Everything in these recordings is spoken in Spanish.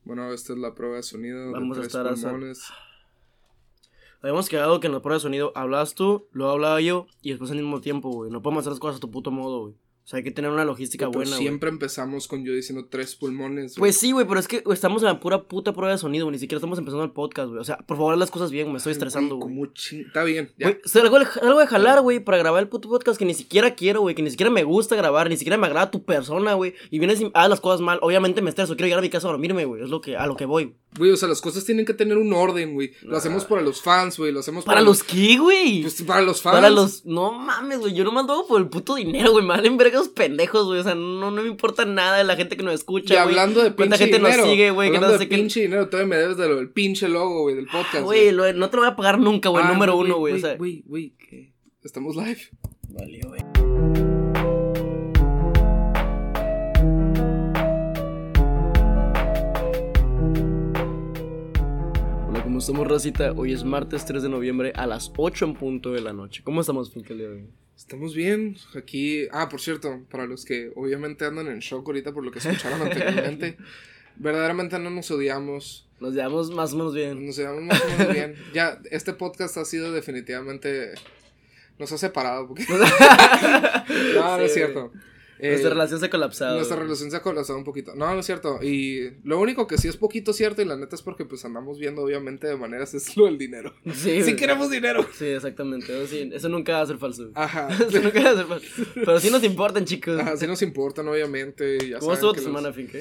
Bueno, esta es la prueba de sonido. Vamos de a tres estar pulmones. Habíamos quedado que en la prueba de sonido hablabas tú, luego hablaba yo y después al mismo tiempo, güey. No podemos hacer las cosas a tu puto modo, güey. O sea, hay que tener una logística Pero buena, güey. siempre empezamos con yo diciendo 3 pulmones, güey. Pues sí, güey, pero es que estamos en la pura puta prueba de sonido, güey. Ni siquiera estamos empezando el podcast, güey. O sea, por favor, haz las cosas bien, me estoy estresando, güey. Está bien, ya. Güey, o sea, algo de jalar, güey, para grabar el puto podcast que ni siquiera quiero, güey. Que ni siquiera me gusta grabar, ni siquiera me agrada tu persona, güey. Y vienes y haces las cosas mal. Obviamente me estreso, quiero llegar a mi casa a dormirme, güey. Es a lo que voy. Güey, o sea, las cosas tienen que tener un orden, güey. Lo hacemos para los fans, güey. Lo hacemos ¿Para los qué, güey? Pues para los fans. Para los... No mames, güey. Yo no mando hago por el puto dinero, güey. Me valen verga esos pendejos, güey. O sea, no me importa nada de la gente que nos escucha, y güey. hablando de ¿Cuánta pinche gente dinero? nos sigue, güey? Hablando Que no de sé qué... pinche dinero, todavía me debes de lo del pinche logo, güey, del podcast, Güey, no te lo voy a pagar nunca, güey. Número uno, güey. O sea... Güey, ¿qué? Estamos live. Vale, güey. ¿Cómo estamos, racita? Hoy es martes 3 de noviembre a las 8 en punto de la noche. ¿Cómo estamos, Finca, el día de hoy? Estamos bien, aquí... por cierto, para los que obviamente andan en shock ahorita por lo que escucharon anteriormente, verdaderamente no nos odiamos. Nos llevamos más o menos bien. Nos llevamos más o menos bien. Ya, este podcast ha sido definitivamente... Nos ha separado. Porque... no es cierto. Nuestra relación se ha colapsado. Nuestra relación se ha colapsado un poquito. No es cierto. Y lo único que sí es poquito cierto, y la neta es porque pues andamos viendo obviamente de maneras, es lo del dinero. Sí, sí queremos dinero. Sí, exactamente. Eso nunca va a ser falso. Ajá. Eso nunca va a ser falso. Pero sí nos importan, chicos. Ajá, sí nos importan, obviamente. Ya ¿Cómo estuvo tu semana, Finca?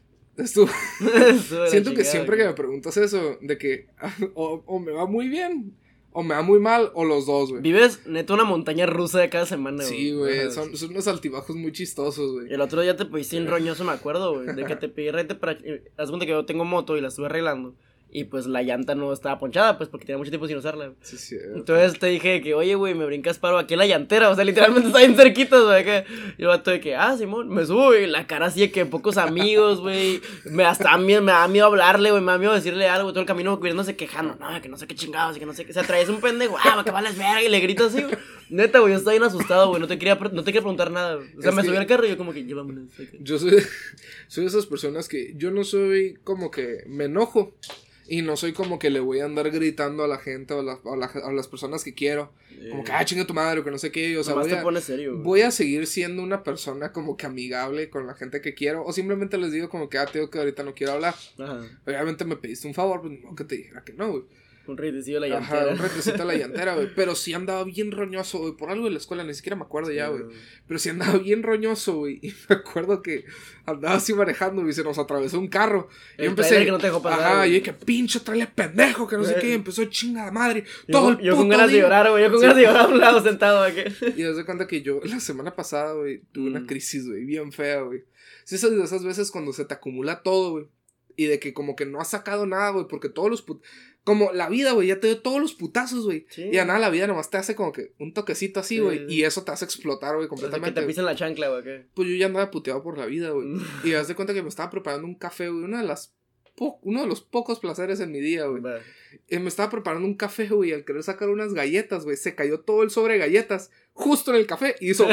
Siento que siempre que me preguntas eso, de que o me va muy bien, o me va muy mal, o los dos, güey. Vives neta una montaña rusa de cada semana, güey. Sí, güey, son unos altibajos muy chistosos, güey. El otro día te pediste un roñoso, me acuerdo, güey, de que te pedí rete para... Haz cuenta que yo tengo moto y la estuve arreglando. Y pues la llanta no estaba ponchada, pues porque tenía mucho tiempo sin usarla. Sí. Entonces te dije que, oye, güey, me brincas paro aquí en la llantera. O sea, literalmente está bien cerquita, güey. Y el vato de que, Simón, me subo, y la cara así de que pocos amigos, güey. Me da miedo hablarle, güey. Me da miedo decirle algo. Todo el camino cubriéndose quejando. No, que no sé qué chingados, que no sé qué. O sea, traes un pendejo, que vales verga. Y le grito así, güey. Neta, güey, yo estaba bien asustado, güey. No te quería preguntar nada, güey. O sea, me subí al carro y yo como que, llévame. Yo soy de esas personas que yo no soy como que me enojo. Y no soy como que le voy a andar gritando a la gente o a las personas que quiero. Como que, chinga tu madre o que no sé qué. O sea, voy a seguir siendo una persona como que amigable con la gente que quiero. O simplemente les digo como que, tío, que ahorita no quiero hablar. Ajá. Obviamente me pediste un favor, pues no que te dijera que no, güey. Un retecito a la llantera. Ajá, un retecito a la llantera, güey. Pero sí andaba bien roñoso, güey. Por algo de la escuela, ni siquiera me acuerdo ya, güey. Pero sí andaba bien roñoso, güey. Y me acuerdo que andaba así manejando, y se nos atravesó un carro. Y yo empecé. Que no te dejó pasar, ajá, y dije, pinche trailer pendejo, que no sé qué. Empezó chinga de madre. Yo con ganas de llorar, güey. Yo con ganas de llorar a un lado sentado, güey. Y te das cuenta que yo, la semana pasada, güey, tuve una crisis, güey, bien fea, güey. Sí, esas veces cuando se te acumula todo, güey. Y de que como que no has sacado nada, güey, porque todos los como la vida, güey, ya te dio todos los putazos, güey. Sí. Y a nada la vida nomás te hace como que un toquecito así, güey. Sí. Y eso te hace explotar, güey, completamente. Que te pisen la chancla, güey, ¿qué? Pues yo ya andaba puteado por la vida, güey. Y das de cuenta que me estaba preparando un café, güey. Uno de los pocos placeres en mi día, güey. Me estaba preparando un café, güey. Y al querer sacar unas galletas, güey, se cayó todo el sobre de galletas justo en el café. Y hizo...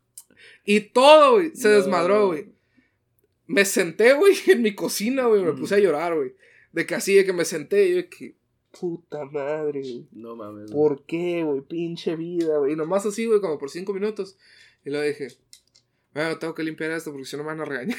y todo, güey, se desmadró, güey. Me senté, güey, en mi cocina, güey. Me puse a llorar, güey. De que así, de que me senté. Y yo de que... Puta madre, güey. No mames. ¿Por qué, güey? Pinche vida, güey. Y nomás así, güey, como por 5 minutos. Y luego dije... Bueno, tengo que limpiar esto porque si no me van a regañar.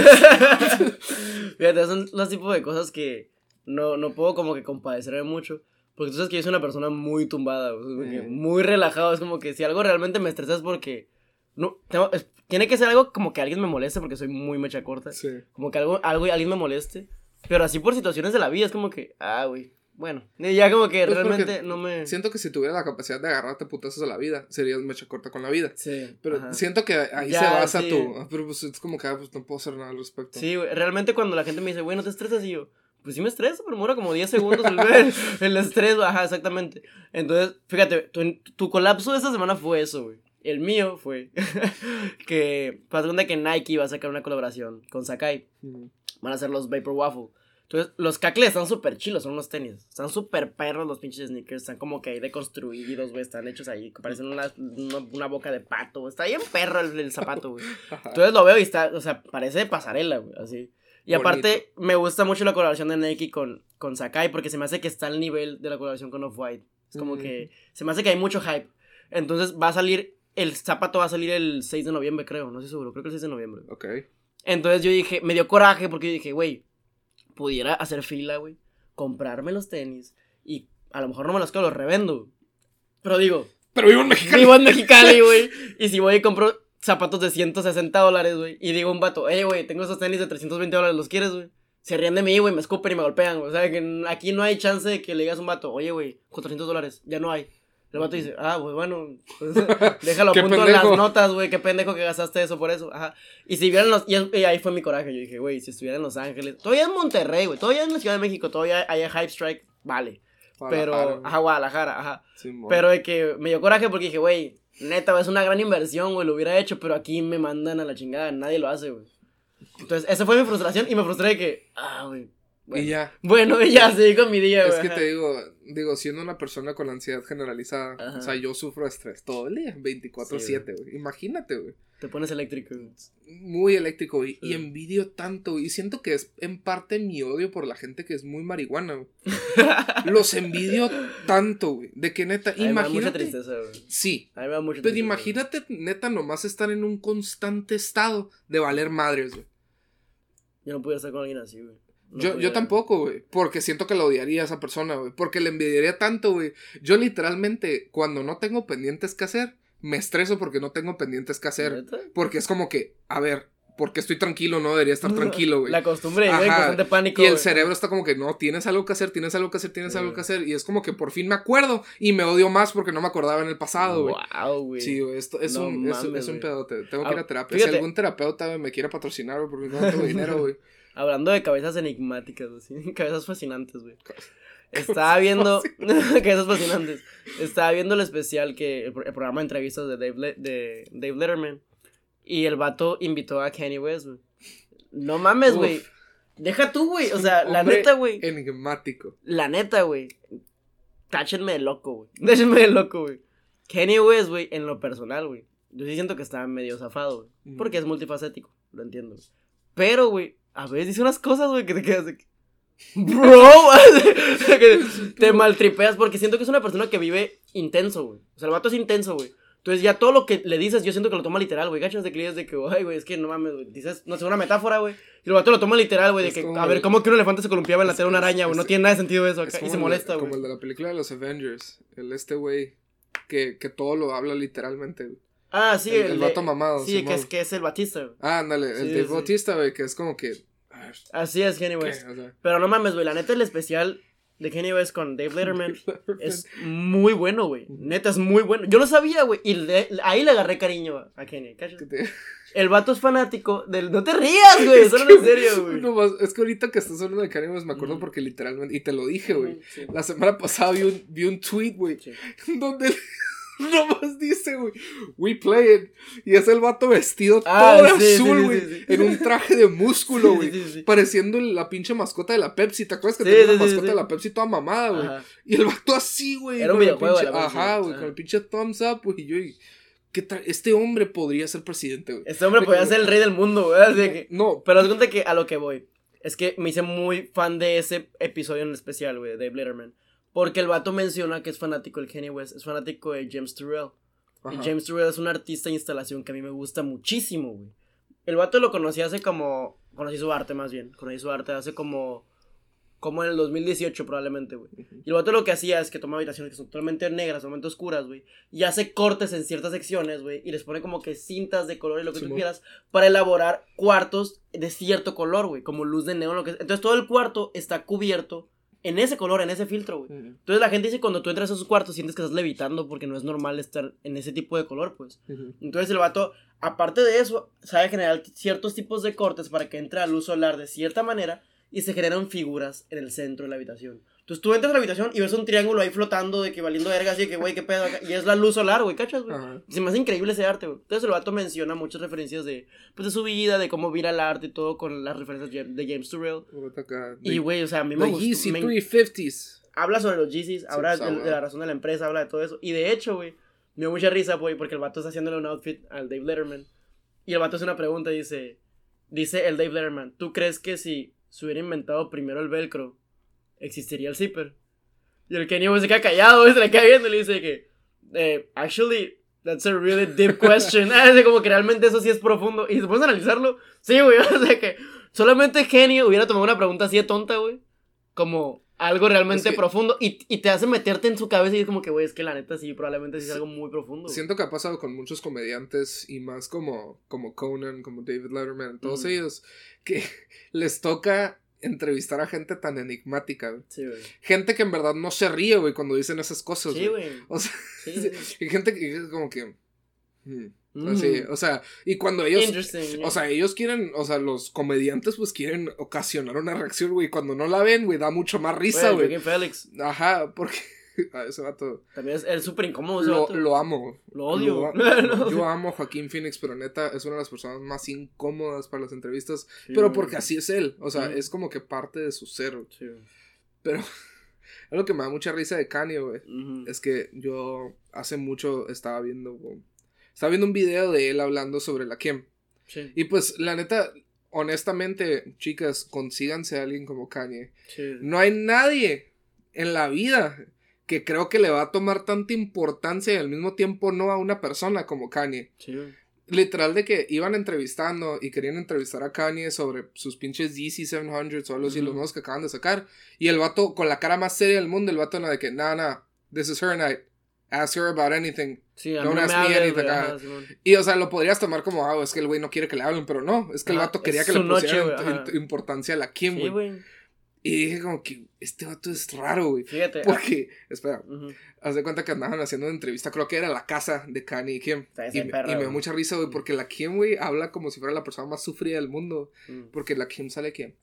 Fíjate, son los tipos de cosas que... No puedo como que compadecerme mucho. Porque tú sabes que yo soy una persona muy tumbada, güey. Muy relajado. Es como que si algo realmente me estresa es porque... Tiene que ser algo como que alguien me moleste porque soy muy mecha corta. Sí. Como que alguien me moleste. Pero así por situaciones de la vida es como que... güey. Bueno, ya como que pues realmente no me... Siento que si tuviera la capacidad de agarrarte putazos a la vida, serías mecha corta con la vida. Sí. Pero siento que ahí se basa tu... Pero pues es como que pues no puedo hacer nada al respecto. Sí, güey. Realmente cuando la gente me dice, güey, ¿no te estresas? Y yo... Pues sí me estreso, pero me dura como 10 segundos el estrés, ajá, exactamente. Entonces, fíjate, tu colapso de esta semana fue eso, güey. El mío fue que pasó cuenta que Nike iba a sacar una colaboración con Sacai. Van a hacer los Vapor Waffle. Entonces, los cacles están súper chilos, son unos tenis. Están súper perros los pinches sneakers. Están como que ahí deconstruidos, güey. Están hechos ahí, que parecen una boca de pato. Está bien perro el zapato, güey. Entonces lo veo y está, o sea, parece de pasarela, güey, así. Y aparte, me gusta mucho la colaboración de Nike con Sacai, porque se me hace que está al nivel de la colaboración con Off-White. Es como que se me hace que hay mucho hype. Entonces va a salir, el zapato va a salir el 6 de noviembre, creo. No estoy seguro, creo que el 6 de noviembre. Ok. Entonces yo dije, me dio coraje porque yo dije, güey, pudiera hacer fila, güey, comprarme los tenis y a lo mejor no me los quedo, los revendo. Pero digo... Pero vivo en Mexicali. Vivo en Mexicali, güey. Y si voy y compro zapatos de $160, güey, y digo a un vato, güey, tengo esos tenis de $320, ¿los quieres, güey? Se ríen de mí, güey, me escupen y me golpean, güey. O sea, que aquí no hay chance de que le digas a un vato, oye, güey, $400, ya no hay. El vato dice, pues bueno, pues, déjalo a punto en las notas, güey, qué pendejo que gastaste eso por eso, ajá. Y si vieran y ahí fue mi coraje, yo dije, güey, si estuviera en Los Ángeles, todavía en Monterrey, güey, todavía en la Ciudad de México, todavía hay Hype Strike, vale. Pero, Guadalajara, ajá. Sí, pero de que me dio coraje porque dije, güey, neta, es una gran inversión, güey, lo hubiera hecho, pero aquí me mandan a la chingada, nadie lo hace, güey. Entonces, esa fue mi frustración y me frustré de que, güey. Bueno, y ya. Bueno, y ya, seguí con mi día, güey. Es que te digo, siendo una persona con ansiedad generalizada, ajá. O sea, yo sufro estrés todo el día, 24/7, güey. Imagínate, güey. Te pones eléctrico, güey. Muy eléctrico, güey. Y envidio tanto, y siento que es en parte mi odio por la gente que es muy marihuana, güey. Los envidio tanto, güey. De que neta, imagínate. Me da mucha tristeza, güey. Sí. A mí me da mucha tristeza. Pero imagínate, neta, nomás estar en un constante estado de valer madres, güey. Yo no pudiera estar con alguien así, güey. Yo tampoco, güey, porque siento que la odiaría a esa persona, güey, porque le envidiaría tanto, güey. Yo literalmente, cuando no tengo pendientes que hacer, me estreso porque no tengo pendientes que hacer. ¿Neta? Porque es como que, a ver, porque estoy tranquilo, no debería estar tranquilo, güey. La costumbre, güey, constante pánico. Y el cerebro está como que, no, tienes algo que hacer, tienes algo que hacer, tienes algo que hacer. Y es como que por fin me acuerdo y me odio más porque no me acordaba en el pasado, güey. Wow, güey. Sí, güey, esto es un pedote. Tengo que ir a terapia. Fíjate. Si algún terapeuta me quiere patrocinar, güey, porque no tengo dinero, güey. Hablando de cabezas enigmáticas, ¿sí? Cabezas fascinantes, güey. Estaba viendo... cabezas fascinantes. Estaba viendo el especial el programa de entrevistas de Dave Letterman. Y el vato invitó a Kanye West, güey. No mames, güey. Deja tú, güey. O sea, la neta, güey. Enigmático. La neta, güey. Táchenme de loco, güey. Táchenme de loco, güey. Kanye West, güey, en lo personal, güey. Yo sí siento que está medio zafado, güey. Porque es multifacético. Lo entiendo, güey. Pero, güey, a veces dice unas cosas, güey, que te quedas de... Bro, que te maltripeas porque siento que es una persona que vive intenso, güey. O sea, el vato es intenso, güey. Entonces ya todo lo que le dices yo siento que lo toma literal, güey. Gachas de que le dices de que, ay, güey, es que no mames, güey. Dices, no sé, una metáfora, güey. Y el vato lo toma literal, güey, de que, a ver, ¿cómo que un elefante se columpiaba en la tela de una araña, güey? No tiene nada de sentido eso acá. Y se molesta, güey. Como el de la película de los Avengers. Güey, que todo lo habla literalmente, güey. Ah, sí, el vato mamado. Sí, que es el Batista, güey. Ándale, el de Batista, güey, que es como que... Así es, Kanye West. O sea, pero no mames, güey, la neta, el especial de Kanye West con Dave Letterman es muy bueno, güey. Neta, es muy bueno. Yo lo sabía, güey, y ahí le agarré cariño a Kanye. El vato es fanático del... No te rías, güey, solo en serio, güey. No, es que ahorita que estás hablando de Kanye West me acuerdo porque literalmente... Y te lo dije, güey. Sí. La semana pasada vi un tweet, güey, donde... Nomás dice, güey, we play it. Y es el vato vestido todo de azul, güey. Sí. En un traje de músculo, güey. Sí. Pareciendo la pinche mascota de la Pepsi. ¿Te acuerdas que tenía la mascota de la Pepsi toda mamada, güey? Y el vato así, güey. Era un videojuego de la Pepsi. Ajá, güey, con el pinche thumbs up, güey. Y yo, este hombre podría ser presidente, güey. Este hombre podría ser el rey del mundo, güey. Así que... No. Pero haz cuenta que a lo que voy es que me hice muy fan de ese episodio en especial, güey, de Dave Letterman. Porque el vato menciona que es fanático del Kanye West, es fanático de James Turrell. Ajá. Y James Turrell es un artista de instalación que a mí me gusta muchísimo, güey. El vato lo conocí conocí su arte más bien. Conocí su arte hace como en el 2018 probablemente, güey. Y el vato lo que hacía es que toma habitaciones que son totalmente negras, totalmente oscuras, güey. Y hace cortes en ciertas secciones, güey. Y les pone como que cintas de color y lo que tú quieras para elaborar cuartos de cierto color, güey. Como luz de neón, lo que... Entonces todo el cuarto está cubierto en ese color, en ese filtro, güey. Entonces la gente dice que cuando tú entras a esos cuartos sientes que estás levitando porque no es normal estar en ese tipo de color, pues. Entonces el vato, aparte de eso, sabe generar ciertos tipos de cortes para que entre la luz solar de cierta manera y se generan figuras en el centro de la habitación. Entonces tú entras a la habitación y ves un triángulo ahí flotando de que valiendo verga, así de que, güey, qué pedo acá. Y es la luz solar, güey, ¿cachas, güey? Se me hace increíble ese arte, güey. Entonces el vato menciona muchas referencias de su vida, de cómo mira el arte y todo con las referencias de James Turrell. Y, güey, o sea, a mí me gusta. Yeezy 350s. Habla sobre los Yeezys, habla de la razón de la empresa, habla de todo eso. Y de hecho, güey, me dio mucha risa, güey, porque el vato está haciéndole un outfit al Dave Letterman. Y el vato hace una pregunta y dice... dice el Dave Letterman, ¿tú crees que si se hubiera inventado primero el velcro, existiría el zipper? Y el Kanye se queda callado, se le queda viendo y le dice que, actually, that's a really deep question. Así como que realmente eso sí es profundo. Y después de analizarlo, sí, güey, o sea que solamente Kanye hubiera tomado una pregunta así de tonta, güey, como algo realmente profundo y te hace meterte en su cabeza y es como que, güey, es que la neta sí, probablemente sí es algo muy profundo. Siento que ha pasado con muchos comediantes y más como Conan, como David Letterman, todos ellos, que les toca entrevistar a gente tan enigmática, güey. Sí, güey. Gente que en verdad no se ríe, güey, cuando dicen esas cosas, sí, güey. O sea, sí. Gente que es como que... Así, o sea, y cuando ellos, o sea, ellos quieren, o sea, los comediantes pues quieren ocasionar una reacción, güey, cuando no la ven, güey, da mucho más risa, güey. Joaquin Phoenix. Ajá, porque ese vato también es súper incómodo ese vato. Lo amo. Lo odio. Yo amo a Joaquin Phoenix, pero neta es una de las personas más incómodas para las entrevistas, pero porque así es él, o sea, es como que parte de su ser. Sí. Pero algo que me da mucha risa de Kanye, güey, es que yo hace mucho estaba viendo un video de él hablando sobre la Kim. Sí. Y pues, la neta, honestamente, chicas, consíganse a alguien como Kanye. Sí. No hay nadie en la vida que creo que le va a tomar tanta importancia y al mismo tiempo no a una persona como Kanye. Sí. Literal de que iban entrevistando y querían entrevistar a Kanye sobre sus pinches DC 700 o algo así, los nuevos que acaban de sacar. Y el vato, con la cara más seria del mundo, el vato no de que, nah, this is her night. Ask her about anything. Sí, Don't ask me anything. Y, o sea, lo podrías tomar como, es que el güey no quiere que le hablen, pero no. Es que el vato quería que le pusieran importancia a la Kim, güey. Sí, güey. Y dije como que, este vato es raro, güey. Fíjate. Porque, espera, haz de cuenta que andaban haciendo una entrevista, creo que era la casa de Kanye y Kim. Y me dio mucha risa, güey, porque la Kim, güey, habla como si fuera la persona más sufrida del mundo. Porque la Kim sale que,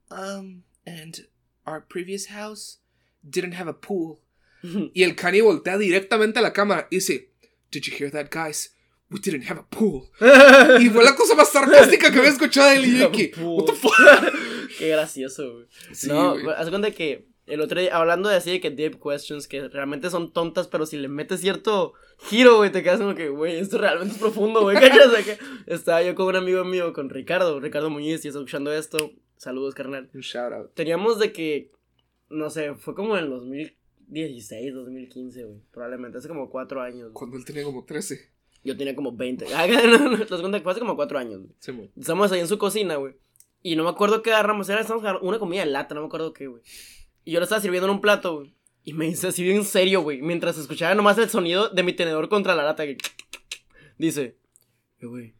and our previous house didn't have a pool. Y el Kanye voltea directamente a la cámara y dice, did you hear that, guys? We didn't have a pool. Y fue la cosa más sarcástica que había escuchado de él. Y yo que, what the fuck. Qué gracioso, güey. Sí, no, güey. haz cuenta que el otro día, hablando de así de que deep questions, que realmente son tontas, pero si le metes cierto giro, güey, te quedas como que, güey, esto realmente es profundo, güey. Estaba yo con un amigo mío, con Ricardo Muñiz, y está escuchando esto. Saludos, carnal. Un shout out. Teníamos de que, no sé, fue como en 2016, 2015, güey. Probablemente, hace como 4 años. Güey. Cuando él tenía como 13. Yo tenía como 20. Los cuenta que fue hace como 4 años, güey. Sí, güey. Estamos ahí en su cocina, güey. Y no me acuerdo qué agarramos. Estamos agarrando una comida de lata, no me acuerdo qué, güey. Y yo lo estaba sirviendo en un plato, güey. Y me dice así bien serio, güey. Mientras escuchaba nomás el sonido de mi tenedor contra la lata. Que... Dice, güey.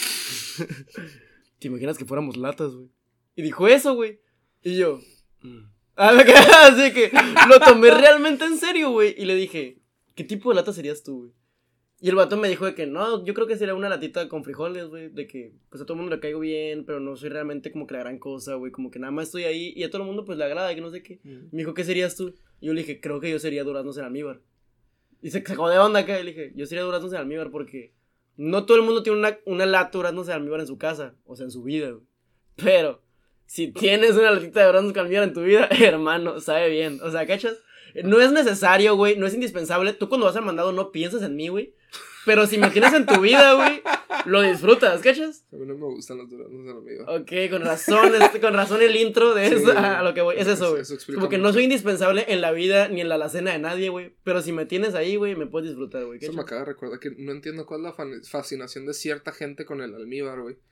¿Te imaginas que fuéramos latas, güey? Y dijo eso, güey. Y yo... Así que lo tomé realmente en serio, güey. Y le dije, ¿qué tipo de lata serías tú, güey? Y el vato me dijo de que no, yo creo que sería una latita con frijoles, güey. De que pues a todo el mundo le caigo bien, pero no soy realmente como que la gran cosa, güey. Como que nada más estoy ahí y a todo el mundo pues le agrada, que no sé qué. Me dijo, ¿qué serías tú? Y yo le dije, creo que yo sería duraznos en almíbar. Y se sacó de onda acá. Y le dije, yo sería duraznos en almíbar porque no todo el mundo tiene una lata duraznos en almíbar en su casa, o sea, en su vida, güey. Pero si tienes una latita de duraznos con almíbar en tu vida, hermano, sabe bien. O sea, ¿cachas? No es necesario, güey, no es indispensable. Tú cuando vas al mandado no piensas en mí, güey. Pero si me tienes en tu vida, güey, lo disfrutas, ¿cachas? A mí no me gustan los duraznos de la amiga. Ok, con razón el intro de eso, a lo que voy, es eso, güey. Como que no soy indispensable en la vida ni en la alacena de nadie, güey. Pero si me tienes ahí, güey, me puedes disfrutar, güey. Eso me acaba de recordar que no entiendo cuál es la fascinación de cierta gente con el almíbar, güey.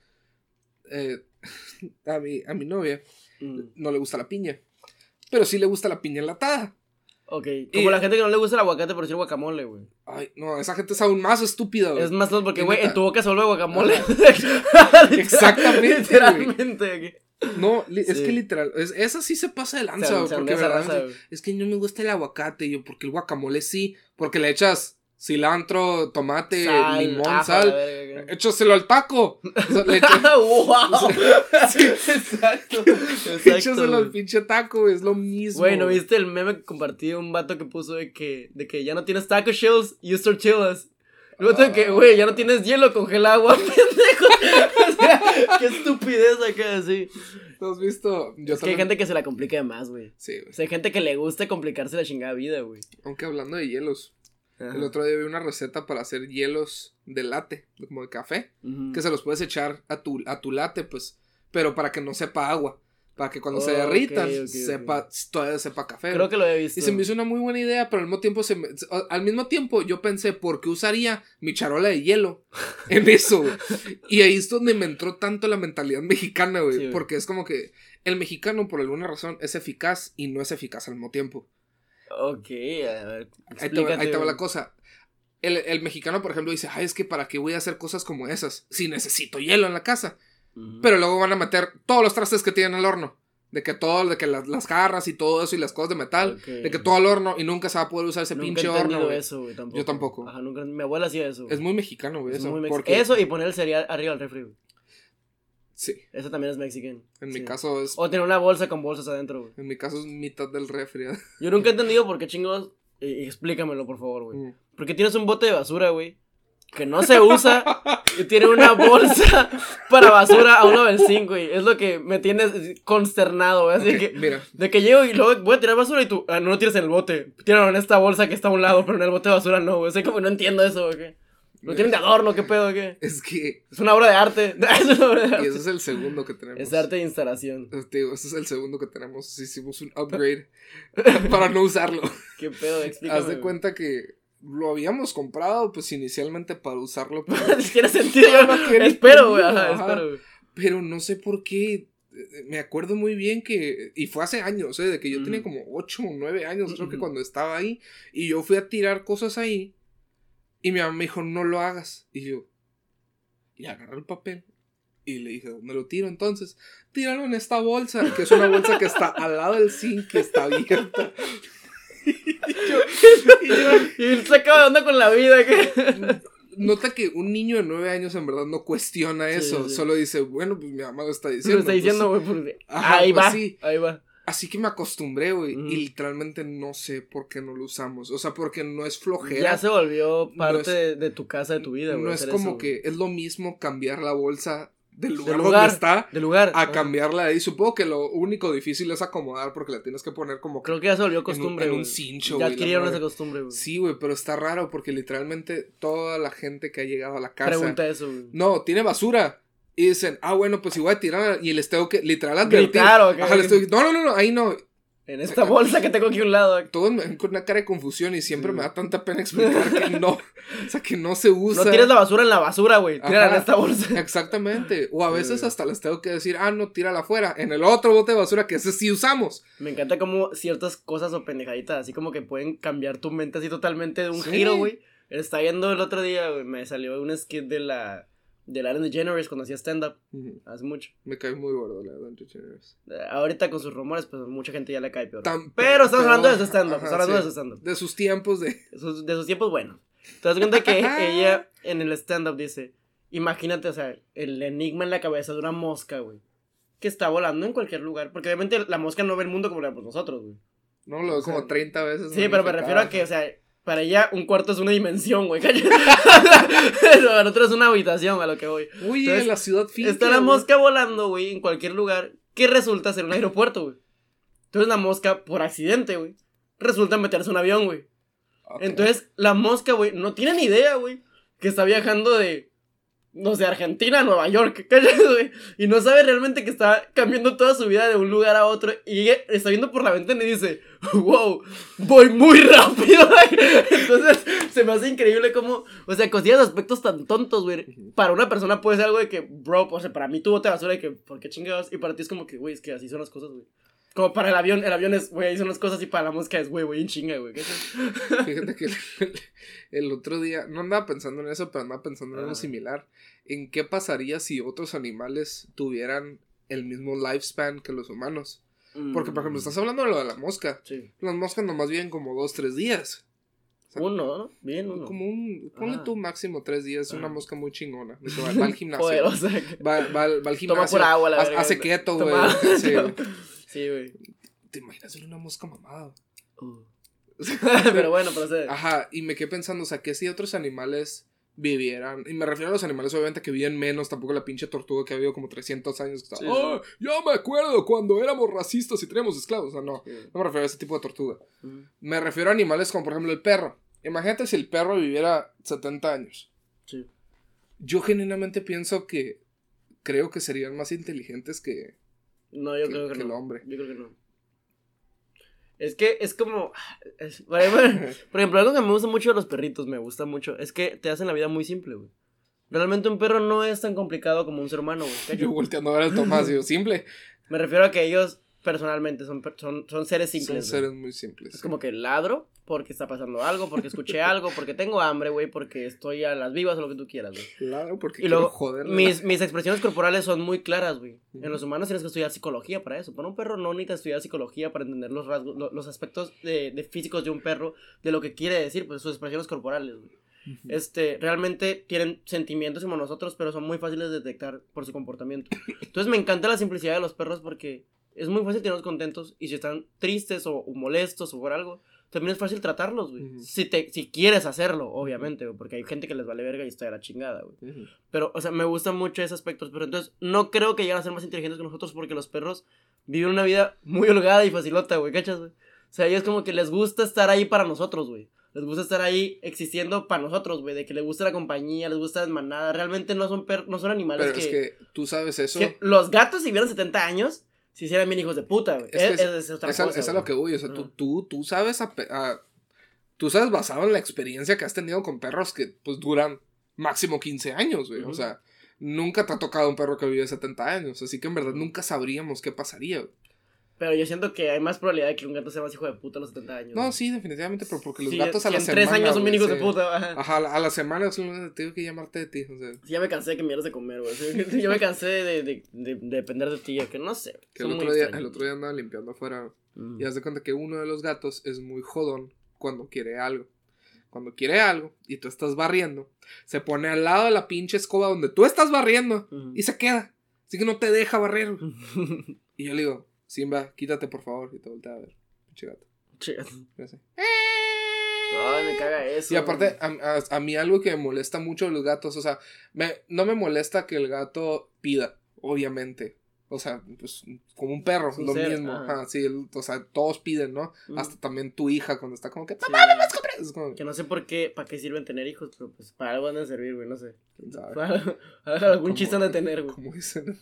A mi novia no le gusta la piña, pero sí le gusta la piña enlatada. Ok, como la gente que no le gusta el aguacate por decir guacamole, güey. Ay, no, esa gente es aún más estúpida, güey. Es más tonto porque, güey, en tu boca se vuelve guacamole. Exactamente, literalmente. No, es que literal, esa sí se pasa de lanza, güey, porque verdaderamente es que no me gusta el aguacate, yo, porque el guacamole sí, porque le echas cilantro, tomate, limón, sal, échaselo al taco. ¡Wow! Sí, exacto. Échaselo al pinche taco, es lo mismo. Güey, ¿no viste el meme que compartí un vato que puso de que ya no tienes taco shells, use tortillas? El vato de que, güey, ya no tienes hielo, congela agua, pendejo. O sea, qué estupidez acá, así. ¿No has visto? Es que hay gente que se la complica de más, güey. Sí, güey. O sea, hay gente que le gusta complicarse la chingada vida, güey. Aunque hablando de hielos, el otro día vi una receta para hacer hielos de latte, como de café, que se los puedes echar a tu latte, pues, pero para que no sepa agua. Para que cuando se derritan, todavía sepa café. Creo que lo he visto. Y se me hizo una muy buena idea, pero al mismo tiempo yo pensé, ¿por qué usaría mi charola de hielo en eso, güey? Y ahí es donde me entró tanto la mentalidad mexicana, güey. Sí, porque es como que el mexicano, por alguna razón, es eficaz y no es eficaz al mismo tiempo. Ok, a ver, ahí te va la cosa. El mexicano, por ejemplo, dice, ay, es que ¿para qué voy a hacer cosas como esas? Si necesito hielo en la casa. Pero luego van a meter todos los trastes que tienen al horno. De que las jarras y todo eso y las cosas de metal. De que todo al horno y nunca se va a poder usar ese pinche horno. Nunca he eso, güey, tampoco. Yo tampoco. Ajá, nunca. Mi abuela hacía eso. Es muy mexicano, güey, eso. Eso y poner el cereal arriba del refri, güey. Sí. Eso también es mexicano. En mi caso es... O tener una bolsa con bolsas adentro, güey. En mi caso es mitad del refri. Yo nunca he entendido por qué chingados... explícamelo, por favor, güey. Porque tienes un bote de basura, güey, que no se usa y tiene una bolsa para basura a un level 5, güey. Es lo que me tiene consternado, güey. Así que, mira. De que llego y luego voy a tirar basura y tú, no lo tires en el bote. Tíralo en esta bolsa que está a un lado, pero en el bote de basura no, güey. O sea, como no entiendo eso, güey. ¿Lo tienen de adorno? ¿Qué pedo, qué? Es que... Es una obra de arte. Es una obra de arte. Y ese es el segundo que tenemos. Es arte de instalación. Ese es el segundo que tenemos. Hicimos un upgrade para no usarlo. ¿Qué pedo? Explícame. Haz de cuenta que lo habíamos comprado, pues, inicialmente para usarlo. Tiene sentido. Espero, güey. Espero, güey. Pero no sé por qué. Me acuerdo muy bien que... Y fue hace años, de que yo tenía como 8 o 9 años, creo que cuando estaba ahí. Y yo fui a tirar cosas ahí. Y mi mamá me dijo, no lo hagas. Y yo... Y agarré el papel. Y le dije, ¿dónde lo tiro entonces? Tíralo en esta bolsa. Que es una bolsa que está al lado del zinc, que está abierta. Y él se acaba de onda con la vida. ¿Qué? Nota que un niño de 9 años en verdad no cuestiona eso. Sí. Solo dice, bueno, pues mi mamá lo está diciendo. Lo está diciendo, güey. Pues, ahí pues va, sí. ahí va. Así que me acostumbré, güey. Y literalmente no sé por qué no lo usamos. O sea, porque no es flojera. Ya se volvió parte de tu casa, de tu vida, güey. No es como eso, que es lo mismo cambiar la bolsa del lugar donde está a cambiarla de ahí. Supongo que lo único difícil es acomodar porque la tienes que poner como... Creo que ya se volvió costumbre, en un cincho, ya adquirieron esa costumbre, güey. Sí, güey, pero está raro porque literalmente toda la gente que ha llegado a la casa... Pregunta eso, güey. No, tiene basura. Y dicen, bueno, pues si voy a tirar y les tengo que literal advertir. Gritar, okay. Ajá, les estoy... No, ahí no. En esta bolsa que tengo aquí a un lado. Todo con una cara de confusión y siempre me da tanta pena explicar que no. O sea, que no se usa. No tires la basura en la basura, güey. Tírala en esta bolsa. Exactamente. O a veces hasta les tengo que decir, no, tírala afuera. En el otro bote de basura que ese sí usamos. Me encanta como ciertas cosas o pendejaditas, así como que pueden cambiar tu mente así totalmente de un giro, güey. Estaba viendo el otro día, güey, me salió un skit de Ellen DeGeneres cuando hacía stand-up, hace mucho. Me cae muy gordo la Ellen DeGeneres. Ahorita con sus rumores, pues mucha gente ya le cae peor. Pero estamos hablando de su stand-up, de sus tiempos, de sus tiempos buenos. Te das cuenta que ella en el stand-up dice, imagínate, o sea, el enigma en la cabeza de una mosca, güey, que está volando en cualquier lugar, porque obviamente la mosca no ve el mundo como lo vemos nosotros, güey. No, lo veo como 30 veces. Sí, pero me refiero a que, o sea... Para ella, un cuarto es una dimensión, güey. Para nosotros es una habitación, a lo que voy. Uy, en la ciudad física. Está la mosca volando, güey, en cualquier lugar, que resulta ser un aeropuerto, güey. Entonces la mosca, por accidente, güey, resulta meterse en un avión, güey. Okay. Entonces, la mosca, güey, no tiene ni idea, güey, que está viajando de, no sé, Argentina a Nueva York, güey. Y no sabe realmente que está cambiando toda su vida de un lugar a otro. Y ella está viendo por la ventana y dice, wow, voy muy rápido, güey. Entonces, se me hace increíble cómo, o sea, cosillas, aspectos tan tontos, güey. Para una persona puede ser algo de que, bro, o sea, para mí tu bote de basura de que, ¿por qué chingados? Y para ti es como que, güey, es que así son las cosas, güey. Como para el avión es, güey, ahí son las cosas, y para la mosca es, güey, en chinga, güey. Fíjate que el otro día, no andaba pensando en eso, pero andaba pensando en algo similar. ¿En qué pasaría si otros animales tuvieran el mismo lifespan que los humanos? Porque, por ejemplo, estás hablando de lo de la mosca. Sí. Las moscas nomás viven como 2-3 días. O sea, uno. Como ponle tú máximo 3 días, una mosca muy chingona. Va al gimnasio. Poderosa. Va al gimnasio. Toma por agua, la verdad. Hace keto, güey. Sí, güey. ¿Te imaginas ver una mosca mamada? Pero bueno, procede. Ajá, y me quedé pensando, o sea, que si otros animales vivieran, y me refiero a los animales obviamente que viven menos, tampoco la pinche tortuga que ha vivido como 300 años, que está, yo me acuerdo cuando éramos racistas y teníamos esclavos, o sea, no me refiero a ese tipo de tortuga. Me refiero a animales como por ejemplo el perro. Imagínate si el perro viviera 70 años. Sí. Yo genuinamente pienso que creo que serían más inteligentes que... No, yo creo que el no. hombre. Yo creo que no. Es que es como... por ejemplo, algo que me gusta mucho de los perritos, me gusta mucho, es que te hacen la vida muy simple, güey. Realmente un perro no es tan complicado como un ser humano, güey. Yo volteando a ver al Tomás, digo, simple. Me refiero a que ellos, personalmente, son seres simples. Son seres muy simples. Es como que ladro porque está pasando algo, porque escuché algo, porque tengo hambre, güey, porque estoy a las vivas o lo que tú quieras, güey. Claro, porque y luego, joderle. Mis expresiones corporales son muy claras, güey. En los humanos tienes que estudiar psicología para eso. Para un perro no necesitas estudiar psicología para entender los rasgos, los aspectos de físicos de un perro, de lo que quiere decir, pues sus expresiones corporales, güey. Realmente tienen sentimientos como nosotros, pero son muy fáciles de detectar por su comportamiento. Entonces me encanta la simplicidad de los perros porque es muy fácil tenerlos contentos y si están tristes o molestos o por algo, también es fácil tratarlos, güey. Si quieres hacerlo, obviamente, güey, porque hay gente que les vale verga y está de la chingada, güey. Pero, o sea, me gustan mucho esos aspectos, pero entonces no creo que lleguen a ser más inteligentes que nosotros porque los perros viven una vida muy holgada y facilota, güey, ¿cachas, güey? O sea, ellos como que les gusta estar ahí para nosotros, güey. Les gusta estar ahí existiendo para nosotros, güey. De que les gusta la compañía, les gusta las manadas. Realmente no son no son animales pero es que tú sabes eso. Que los gatos, si vivieran 70 años, si hicieran bien hijos de puta, güey. Es otra cosa. Es a lo que voy. O sea, tú sabes tú sabes basado en la experiencia que has tenido con perros que pues duran máximo 15 años, güey. O sea, nunca te ha tocado un perro que vive 70 años. Así que en verdad nunca sabríamos qué pasaría, güey. Pero yo siento que hay más probabilidad de que un gato sea más hijo de puta a los 70 años. No, sí, definitivamente, pero porque los gatos a la semana... en 3 años son bien hijos de puta. Ajá, a la semana tengo que llamarte de ti, o sea. Sí, ya me cansé de que me dieras de comer, güey. Sí, ya me cansé de depender de ti, que no sé. Que el otro día andaba limpiando afuera y haz de cuenta que uno de los gatos es muy jodón cuando quiere algo. Cuando quiere algo y tú estás barriendo, se pone al lado de la pinche escoba donde tú estás barriendo y se queda. Así que no te deja barrer. Y yo le digo... Simba, quítate por favor. Y te voltea a ver. Pinche gato. Ay, me caga eso. Y aparte, a mí algo que me molesta mucho de los gatos, o sea, no me molesta que el gato pida, obviamente. O sea, pues como un perro, lo mismo. Ajá, sí, o sea, todos piden, ¿no? Hasta también tu hija cuando está como que, papá, me vas a comprar. Es como... Que no sé para qué sirven tener hijos, pero pues para algo van a servir, güey, no sé. Para algún chiste han de tener, güey. Como dicen,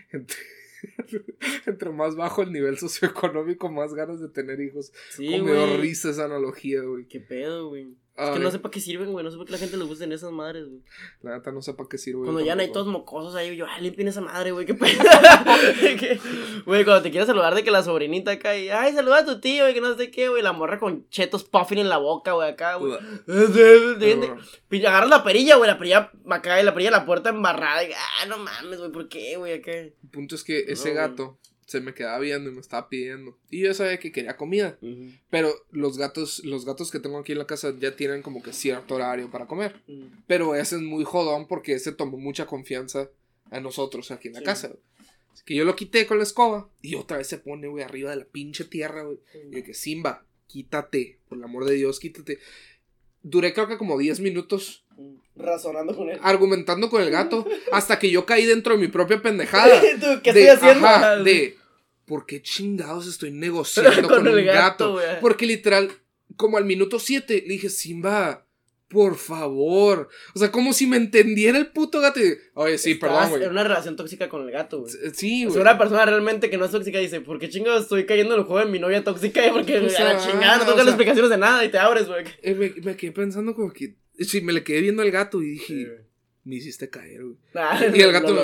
entre más bajo el nivel socioeconómico, más ganas de tener hijos. Sí, como me dio risa esa analogía, güey. ¿Qué pedo, güey? Es que no sé para qué sirven, güey. No sé por qué a la gente les gustan esas madres, güey. La neta no sé para qué sirve. Cuando ya no hay todos mocosos ahí, yo, limpien esa madre, güey. ¿Qué pedo? Güey, cuando te quieres saludar de que la sobrinita acá y, ay, saluda a tu tío, y que no sé qué, güey. La morra con chetos puffing en la boca, güey, acá, güey. Agarras la perilla, güey. La perilla acá y la perilla de la puerta embarrada. Y, no mames, güey, ¿por qué, güey? Acá. El punto es que ese gato se me quedaba viendo y me estaba pidiendo. Y yo sabía que quería comida. Pero los gatos que tengo aquí en la casa ya tienen como que cierto horario para comer. Pero ese es muy jodón porque ese tomó mucha confianza a nosotros aquí en la casa. Así que yo lo quité con la escoba y otra vez se pone, güey, arriba de la pinche tierra, güey. Y de que, Simba, quítate, por el amor de Dios, quítate. Duré creo que como 10 minutos razonando con él, argumentando con el gato, hasta que yo caí dentro de mi propia pendejada. ¿Qué estoy haciendo? Ajá, ¿por qué chingados estoy negociando con un gato? Porque literal, como al minuto 7, le dije, Simba, por favor. O sea, como si me entendiera el puto gato. Y, oye, sí, perdón, güey. Era una relación tóxica con el gato, güey. Sí, güey. O sea, una persona realmente que no es tóxica dice, ¿por qué chingados estoy cayendo en el juego de mi novia tóxica? Porque a la chingada no tocan las explicaciones de nada y te abres, güey. Me quedé pensando como que... Sí, me le quedé viendo al gato y dije... Me hiciste caer, güey. Y el gato lo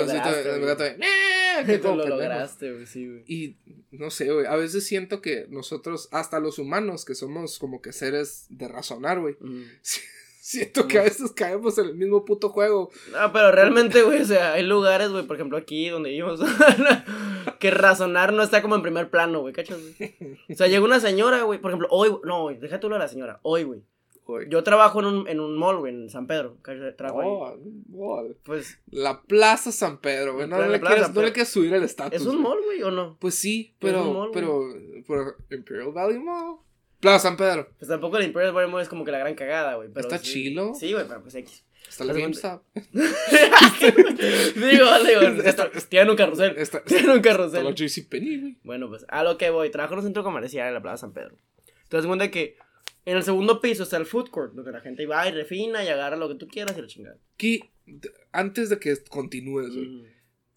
lograste, güey, sí, güey. Y no sé, güey, a veces siento que nosotros, hasta los humanos, que somos como que seres de razonar, güey, siento que a veces caemos en el mismo puto juego. No, pero realmente, güey, o sea, hay lugares, güey, por ejemplo aquí donde vivimos, que razonar no está como en primer plano, güey, ¿cachas, güey? O sea, llegó una señora, güey, por ejemplo, hoy, no, güey, déjate hablar a la señora, hoy, güey. Yo trabajo en un mall, güey, en San Pedro. Trabajo ahí. Pues, la Plaza San Pedro, güey. No le quieres subir el estatus. ¿Es un mall, güey, o no? Pues sí, pero Imperial Valley Mall. Plaza San Pedro. Pues tampoco el Imperial Valley Mall es como que la gran cagada, güey. Está sí, chilo. Sí, güey, pero pues X. Está la GameStop. Tienen un carrusel. Tienen un carrusel. Está la JCPenney, güey. Bueno, pues a lo que voy. Trabajo en un centro comercial en la Plaza San Pedro. Te das cuenta que en el segundo piso está el food court, donde la gente va y refina y agarra lo que tú quieras y la chingada. Que antes de que continúes, güey,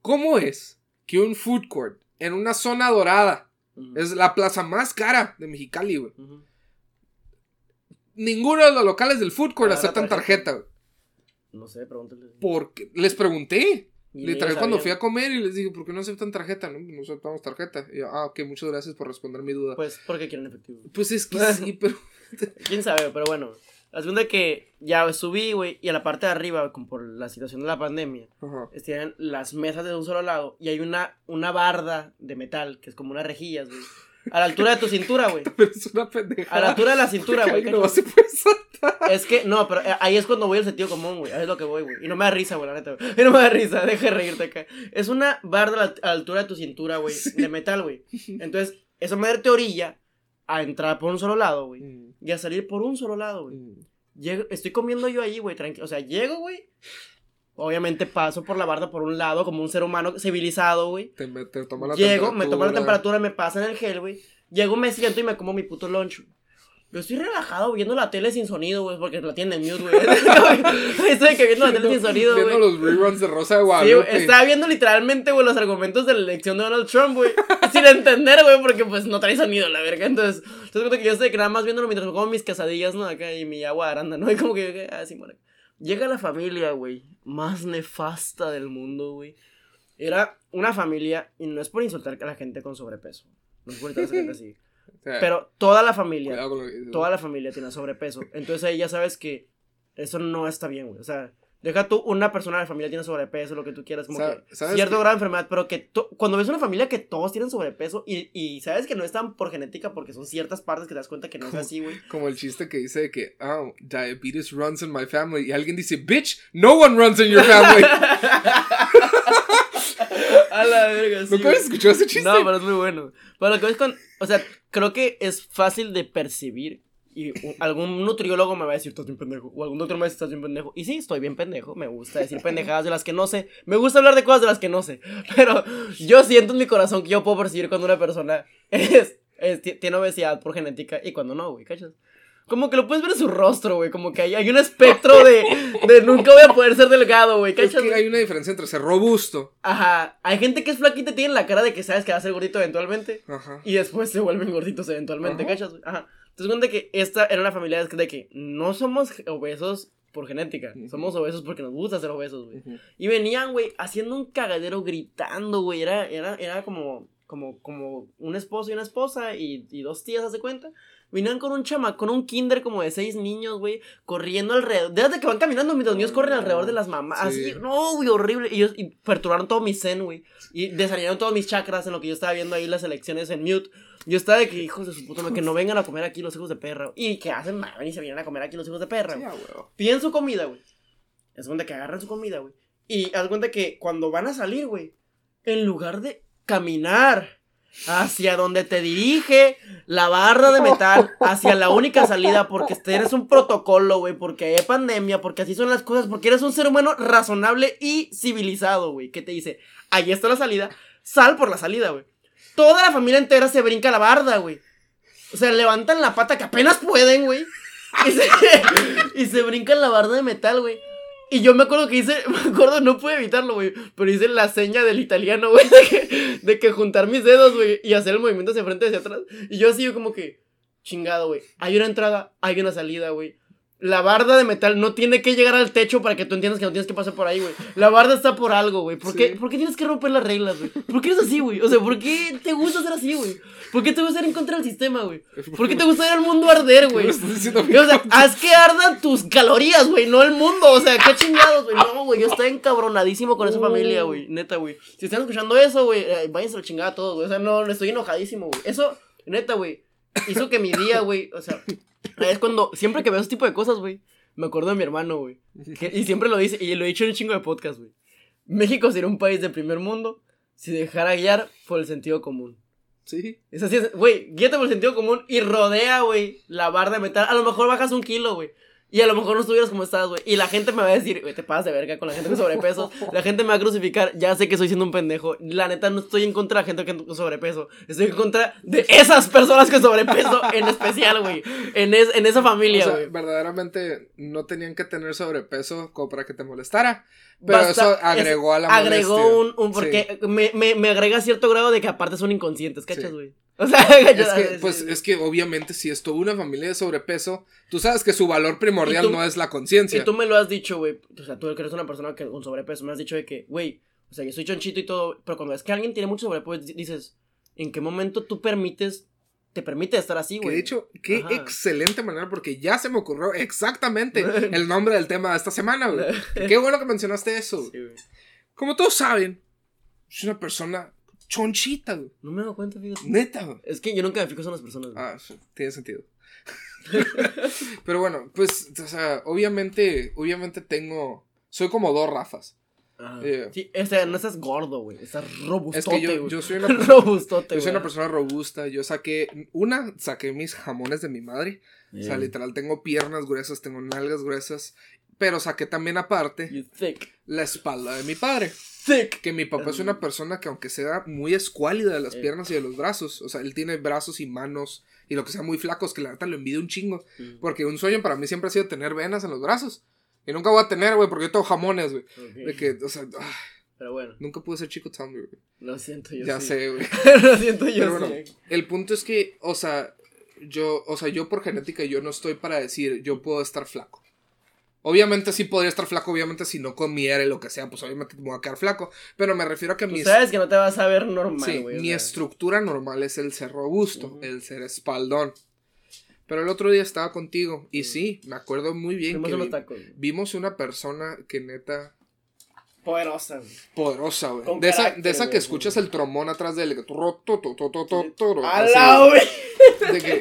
¿Cómo es que un food court en una zona dorada es la plaza más cara de Mexicali, güey? Ninguno de los locales del food court aceptan tarjeta, güey. No sé, pregúntale. Porque les pregunté. Y Literal, cuando fui a comer y les dije, ¿por qué no aceptan tarjeta? No aceptamos tarjeta. Y yo, ok, muchas gracias por responder mi duda. Pues, porque quieren efectivo. Pues es que sí, pero... Quién sabe, pero bueno. La segunda es que ya subí, güey, y a la parte de arriba, como por la situación de la pandemia, tienen las mesas de un solo lado y hay una barda de metal, que es como unas rejillas, güey. A la altura de tu cintura, güey. Pero es una pendejada. A la altura de la cintura, güey. No se puede saltar. Es que, no, pero ahí es cuando voy al sentido común, güey. Ahí es lo que voy, güey. Y no me da risa, güey, la neta, güey. Y no me da risa, deja de reírte acá. Es una barda a la altura de tu cintura, güey, de metal, güey. Entonces, eso me te orilla a entrar por un solo lado, güey. Y a salir por un solo lado, güey. Estoy comiendo yo ahí, güey, tranquilo. O sea, llego, güey. Obviamente paso por la barda por un lado, como un ser humano civilizado, güey. Te toma la Llego, me toma la temperatura, me pasan el gel, güey. Llego, me siento y me como mi puto lunch. Yo estoy relajado viendo la tele sin sonido, güey, porque la tienen en mute, güey. Estoy que viendo la tele sin sonido, güey. Viendo los reruns de Rosa de Guadalupe. Sí, estaba viendo literalmente, güey, los argumentos de la elección de Donald Trump, güey. Sin entender, güey, porque pues no trae sonido, la verga. Entonces cuenta que yo estoy que nada más viéndolo mientras me como mis quesadillas, ¿no? Acá y mi agua de aranda, ¿no? Y como que, así, muere. Llega la familia, güey, más nefasta del mundo, güey. Era una familia, y no es por insultar a la gente con sobrepeso. No es por insultar a la gente así. Pero toda la familia tiene sobrepeso. Entonces ahí ya sabes que eso no está bien, güey. O sea, deja tú, una persona de la familia tiene sobrepeso, lo que tú quieras, como que cierto grado de enfermedad, pero que cuando ves una familia que todos tienen sobrepeso y sabes que no están por genética porque son ciertas partes que te das cuenta que no es así, güey. Como el chiste que dice de que, diabetes runs in my family, y alguien dice, bitch, no one runs in your family. A la verga, sí. ¿Nunca habías escuchado ese chiste? No, pero es muy bueno. Pero lo que ves o sea, creo que es fácil de percibir. Y algún nutriólogo me va a decir, estás bien pendejo. O algún doctor me va a decir, estás bien pendejo. Y sí, estoy bien pendejo. Me gusta decir pendejadas de las que no sé. Me gusta hablar de cosas de las que no sé. Pero yo siento en mi corazón que yo puedo percibir cuando una persona tiene obesidad por genética y cuando no, güey, ¿cachas? Como que lo puedes ver en su rostro, güey. Como que hay un espectro de nunca voy a poder ser delgado, güey. Es que hay una diferencia entre ser robusto. Ajá. Hay gente que es flaquita y tiene la cara de que sabes que va a ser gordito eventualmente. Ajá. Y después se vuelven gorditos eventualmente, ¿cachas? Ajá. Entonces, cuenta que esta era una familia de que no somos obesos por genética. Somos obesos porque nos gusta ser obesos, güey. Y venían, güey, haciendo un cagadero, gritando, güey. Era como un esposo y una esposa y dos tías, ¿haz de cuenta? Venían con un kinder como de 6 niños, güey, corriendo alrededor. Desde que van caminando, los niños corren alrededor de las mamás. Sí. Así, no, güey, horrible. Y perturbaron todo mi zen, güey. Y desalinearon todos mis chakras en lo que yo estaba viendo ahí las elecciones en mute. Yo estaba de que, hijos de su puta madre, que no vengan a comer aquí los hijos de perra. Y que hacen mal y se vienen a comer aquí los hijos de perra. Sí, güey. Piden su comida, güey. Es cuenta que agarran su comida, güey. Y haz cuenta que cuando van a salir, güey, en lugar de caminar hacia donde te dirige la barra de metal, hacia la única salida, porque tienes un protocolo, güey, porque hay pandemia, porque así son las cosas, porque eres un ser humano razonable y civilizado, güey, que te dice, ahí está la salida, sal por la salida, güey. Toda la familia entera se brinca la barda, güey. O sea, levantan la pata que apenas pueden, güey, y se brincan la barda de metal, güey. Y yo me acuerdo no pude evitarlo, güey, pero hice la seña del italiano, güey, de que juntar mis dedos, güey, y hacer el movimiento hacia frente y hacia atrás. Y yo así, yo como que, chingado, güey, hay una entrada, hay una salida, güey. La barda de metal no tiene que llegar al techo para que tú entiendas que no tienes que pasar por ahí, güey. La barda está por algo, güey. ¿Por qué tienes que romper las reglas, güey? ¿Por qué eres así, güey? O sea, ¿por qué te gusta ser así, güey? ¿Por qué te gusta ir en contra del sistema, güey? ¿Por qué te gusta ver al mundo arder, güey? O sea, haz que ardan tus calorías, güey, no el mundo. O sea, qué chingados, güey. No, güey, yo estoy encabronadísimo con esa familia, güey. Neta, güey. Si están escuchando eso, güey, váyanse a la chingada a todos, güey. O sea, no, estoy enojadísimo, güey. Eso, neta, güey, hizo que mi día, güey, o sea, es cuando, siempre que veo ese tipo de cosas, güey, me acuerdo de mi hermano, güey. Y siempre lo dice, y lo he dicho en un chingo de podcast, güey. México sería un país de primer mundo si dejara guiar por el sentido común. Sí. Es así, güey, guíate por el sentido común y rodea, güey, la barra de metal. A lo mejor bajas 1 kilo, güey. Y a lo mejor no estuvieras como estás, güey. Y la gente me va a decir, güey, te pasas de verga con la gente con sobrepeso. La gente me va a crucificar. Ya sé que estoy siendo un pendejo. La neta, no estoy en contra de la gente con sobrepeso. Estoy en contra de esas personas con sobrepeso en especial, güey. En esa familia, güey. O sea, verdaderamente no tenían que tener sobrepeso como para que te molestara. Pero eso agregó a la molestia. Agregó porque sí. me agrega cierto grado de que aparte son inconscientes, ¿cachas, güey? Sí. O sea, es que obviamente si es toda una familia de sobrepeso, tú sabes que su valor primordial no es la conciencia. Y tú me lo has dicho, güey. O sea, tú que eres una persona con sobrepeso, me has dicho de que, güey, o sea, yo soy chonchito y todo, pero cuando ves que alguien tiene mucho sobrepeso, dices, ¿en qué momento te permite estar así, güey? Que de hecho, qué excelente manera, porque ya se me ocurrió exactamente el nombre del tema de esta semana, güey. Qué bueno que mencionaste eso, güey. Sí, güey. Como todos saben, soy una persona chonchita, güey. No me he dado cuenta, fíjate. Neta, güey. Es que yo nunca me fijo en las personas, güey. Ah, sí, tiene sentido. Pero bueno, pues, o sea, obviamente soy como dos Rafas. Sí, no estás gordo, güey. Estás robustote, es que yo soy una robustote, yo soy una persona robusta. Yo saqué mis jamones de mi madre. O sea, literal, tengo piernas gruesas, tengo nalgas gruesas. Pero saqué también aparte la espalda de mi padre. Que mi papá es una persona que aunque sea muy escuálida de las piernas y de los brazos, o sea, él tiene brazos y manos y lo que sea muy flacos, que la neta lo envidio un chingo. Porque un sueño para mí siempre ha sido tener venas en los brazos. Y nunca voy a tener, güey, porque yo tengo jamones, güey. Okay. De que, o sea, pero bueno. Nunca pude ser Chico Tommy, güey. Lo siento, yo ya sí. sé, güey. Lo siento, yo pero bueno, el punto es que, yo por genética yo no estoy para decir, yo puedo estar flaco. Obviamente sí podría estar flaco, obviamente si no comiera y lo que sea, pues obviamente me voy a quedar flaco. Pero me refiero a que tú sabes que no te vas a ver normal, güey. Sí, mi estructura normal es el ser robusto, el ser espaldón. Pero el otro día estaba contigo y sí, me acuerdo muy bien que vimos una persona que neta... Poderosa, güey. Poderosa, güey. De esa que escuchas el trombón atrás de él. ¡Hala, güey! De que...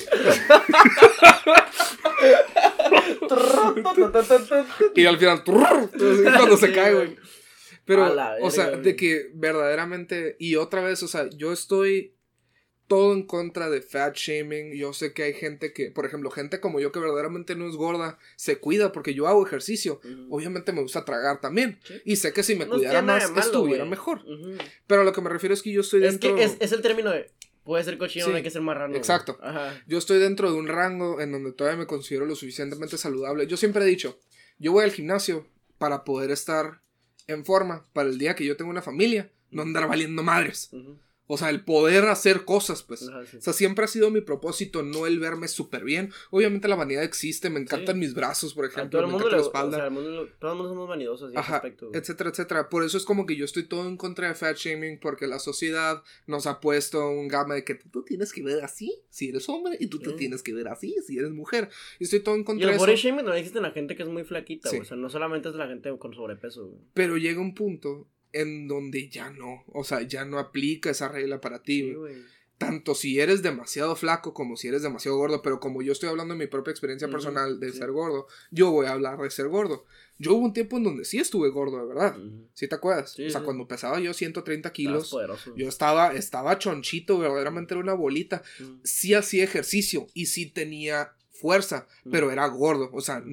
y al final cuando se cae, güey. Pero, o sea, de que verdaderamente... Y otra vez, o sea, yo estoy todo en contra de fat shaming. Yo sé que hay gente que, por ejemplo, gente como yo que verdaderamente no es gorda, se cuida porque yo hago ejercicio. Obviamente me gusta tragar también. ¿Sí? Y sé que si me cuidara más, estuviera mejor. Pero a lo que me refiero es que yo estoy dentro... Es el término de... Puede ser cochino, no hay que ser marrano. Exacto. Yo estoy dentro de un rango en donde todavía me considero lo suficientemente saludable. Yo siempre he dicho, yo voy al gimnasio para poder estar en forma para el día que yo tenga una familia, no andar valiendo madres. O sea, el poder hacer cosas, pues. Sí. O sea, siempre ha sido mi propósito, no el verme súper bien. Obviamente la vanidad existe, me encantan mis brazos, por ejemplo, me encanta la espalda. O sea, todo el mundo somos vanidosos en ese aspecto. Etcétera, etcétera. Por eso es como que yo estoy todo en contra de fat shaming, porque la sociedad nos ha puesto un gama de que tú tienes que ver así si eres hombre y tú te tienes que ver así si eres mujer. Y estoy todo en contra de eso. Y el body shaming no existe en la gente que es muy flaquita, güey. O sea, no solamente es la gente con sobrepeso, güey. Pero llega un punto en donde ya no, o sea, ya no aplica esa regla para ti, güey. Tanto si eres demasiado flaco como si eres demasiado gordo, pero como yo estoy hablando de mi propia experiencia personal de ser gordo, yo voy a hablar de ser gordo. Yo hubo un tiempo en donde sí estuve gordo, de verdad. ¿Sí te acuerdas? Sí, o sea, cuando pesaba yo 130 kilos, yo estaba chonchito, verdaderamente era una bolita. Sí hacía ejercicio y sí tenía fuerza, pero era gordo. O sea,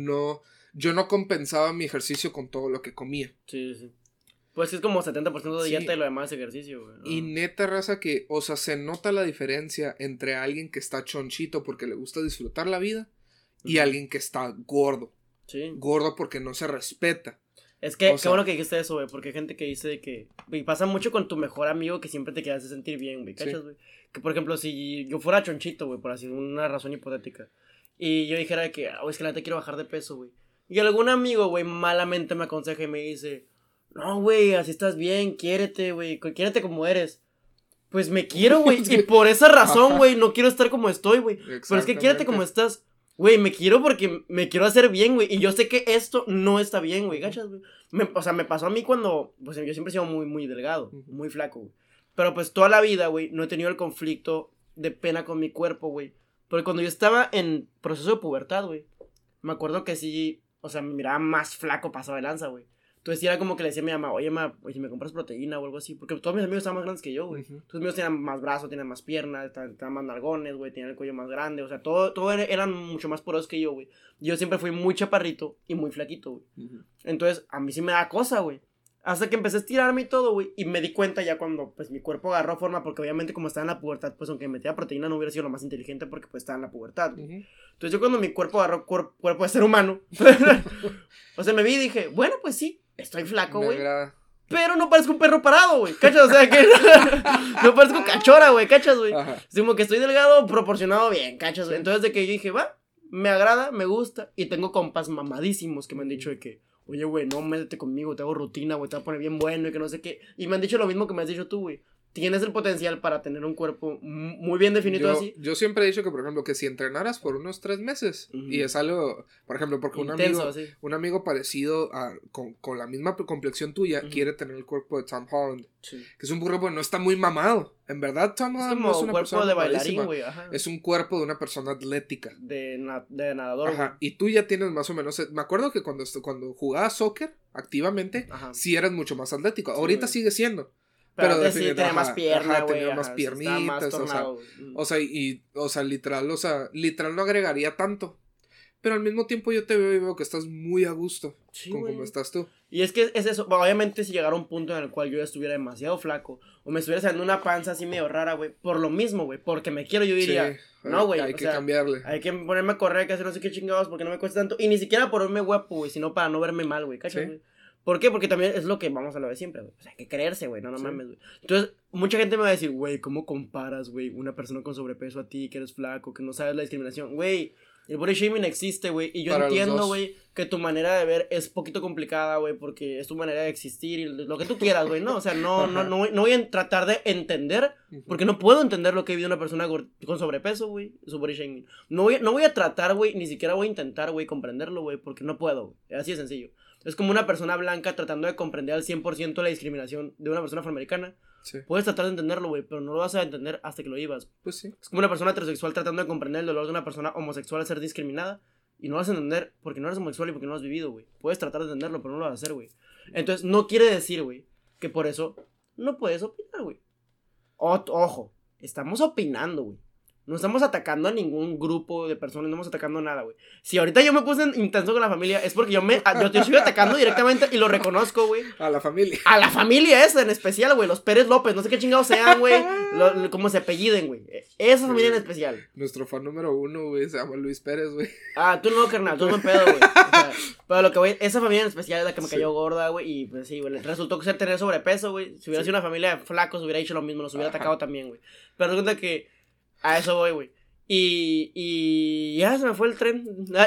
yo no compensaba mi ejercicio con todo lo que comía. Sí. Pues es como 70% de dieta y lo demás es ejercicio, güey. Y neta, raza, que, o sea, se nota la diferencia entre alguien que está chonchito porque le gusta disfrutar la vida y alguien que está gordo. Sí. Gordo porque no se respeta. Es que, qué bueno que dijiste eso, güey, porque hay gente que dice que... Y pasa mucho con tu mejor amigo que siempre te quieras sentir bien, güey, ¿cachas, güey? Que, por ejemplo, si yo fuera chonchito, güey, por así una razón hipotética, y yo dijera que, es que la neta quiero bajar de peso, güey. Y algún amigo, güey, malamente me aconseja y me dice... No, güey, así estás bien, quiérete, güey, quiérete como eres. Pues me quiero, güey, y por esa razón, güey, no quiero estar como estoy, güy. Pero es que quiérete como estás. Güey, me quiero porque me quiero hacer bien, güey, y yo sé que esto no está bien, güey, ¿cachas, güey? O sea, me pasó a mí cuando, pues yo siempre he sido muy, muy delgado, muy flaco, güey. Pero pues toda la vida, güey, no he tenido el conflicto de pena con mi cuerpo, güey. Porque cuando yo estaba en proceso de pubertad, güey, me acuerdo que sí, o sea, me miraba más flaco, pasaba de lanza, güey. Entonces sí era como que le decía a mi mamá, oye, si me compras proteína o algo así, porque todos mis amigos estaban más grandes que yo, güey. Todos mis amigos tenían más brazos, tenían más piernas, estaban más nalgones, güey, tenían el cuello más grande, o sea, todo eran mucho más porosos que yo, güey. Yo siempre fui muy chaparrito y muy flaquito, güey. Entonces, a mí sí me da cosa, güey. Hasta que empecé a estirarme y todo, güey, y me di cuenta ya cuando, pues, mi cuerpo agarró forma, porque obviamente como estaba en la pubertad, pues, aunque me metía proteína no hubiera sido lo más inteligente porque, pues, estaba en la pubertad, güey. Entonces, yo cuando mi cuerpo agarró cuerpo de ser humano, o sea, me vi y dije, bueno, pues sí, estoy flaco, güey, pero no parezco un perro parado, güey, ¿cachas? O sea, que no parezco cachora, güey, ¿cachas, güey? Es como que estoy delgado, proporcionado bien, ¿cachas, güey? Entonces, de que yo dije, va, me agrada, me gusta, y tengo compas mamadísimos que me han dicho de que, oye, güey, no, métete conmigo, te hago rutina, güey, te voy a poner bien bueno y que no sé qué. Y me han dicho lo mismo que me has dicho tú, güey. Tienes el potencial para tener un cuerpo muy bien definido así. Yo siempre he dicho que, por ejemplo, que si entrenaras por unos 3 meses, y es algo, por ejemplo, porque intenso, un amigo parecido con la misma complexión tuya quiere tener el cuerpo de Tom Holland. Sí. Que es un cuerpo que no está muy mamado. En verdad, Tom Holland no es una persona de bailarín, güey. Es un cuerpo de una persona atlética. De nadador. Ajá. Y tú ya tienes más o menos. Me acuerdo que cuando jugabas soccer activamente, sí eras mucho más atlético. Sí, ahorita sigue siendo. Pero sí, tenía más pierna, güey. Tenía más piernitas, o sea, literal no agregaría tanto. Pero al mismo tiempo yo te veo y veo que estás muy a gusto con cómo estás tú. Y es que es eso, obviamente si llegara un punto en el cual yo ya estuviera demasiado flaco, o me estuviera saliendo una panza así medio rara, güey, por lo mismo, güey, porque me quiero, yo diría, no, güey. Hay que cambiarle. Hay que ponerme a correr, que hacer no sé qué chingados, porque no me cuesta tanto, y ni siquiera por verme guapo, güey, sino para no verme mal, güey, ¿cachai, güey? ¿Por qué? Porque también es lo que vamos a lo de siempre, güey. O sea, hay que creerse, güey, no mames, güey. Entonces, mucha gente me va a decir, güey, ¿cómo comparas, güey, una persona con sobrepeso a ti, que eres flaco, que no sabes la discriminación? Güey, el body shaming existe, güey, y yo entiendo, güey, que tu manera de ver es poquito complicada, güey, porque es tu manera de existir y lo que tú quieras, güey, ¿no? O sea, no voy a tratar de entender, porque no puedo entender lo que vive una persona con sobrepeso, güey, su body shaming. No voy a tratar, güey, ni siquiera voy a intentar, güey, comprenderlo, güey, porque no puedo, güey. Así de sencillo. Es como una persona blanca tratando de comprender al 100% la discriminación de una persona afroamericana. Sí. Puedes tratar de entenderlo, güey, pero no lo vas a entender hasta que lo vivas. Pues sí. Es como una persona heterosexual tratando de comprender el dolor de una persona homosexual al ser discriminada. Y no lo vas a entender porque no eres homosexual y porque no lo has vivido, güey. Puedes tratar de entenderlo, pero no lo vas a hacer, güey. Entonces, no quiere decir, güey, que por eso no puedes opinar, güey. Ojo, estamos opinando, güey. No estamos atacando a ningún grupo de personas, no estamos atacando nada, güey. Si ahorita yo me puse intenso con la familia, es porque yo te estoy atacando directamente y lo reconozco, güey. A la familia. A la familia esa en especial, güey. Los Pérez López, no sé qué chingados sean, güey. Cómo se apelliden, güey. Esa familia en especial. Nuestro fan número 1, güey, se llama Luis Pérez, güey. Tú no, carnal, tú no pedo, güey. O sea, pero lo que, güey, esa familia en especial es la que me cayó gorda, güey. Y pues sí, güey, resultó que tener sobrepeso, güey. Si hubiera sido una familia de flacos, hubiera hecho lo mismo, nos hubiera atacado también, güey. Pero resulta que a eso voy, güey. Y ya se me fue el tren.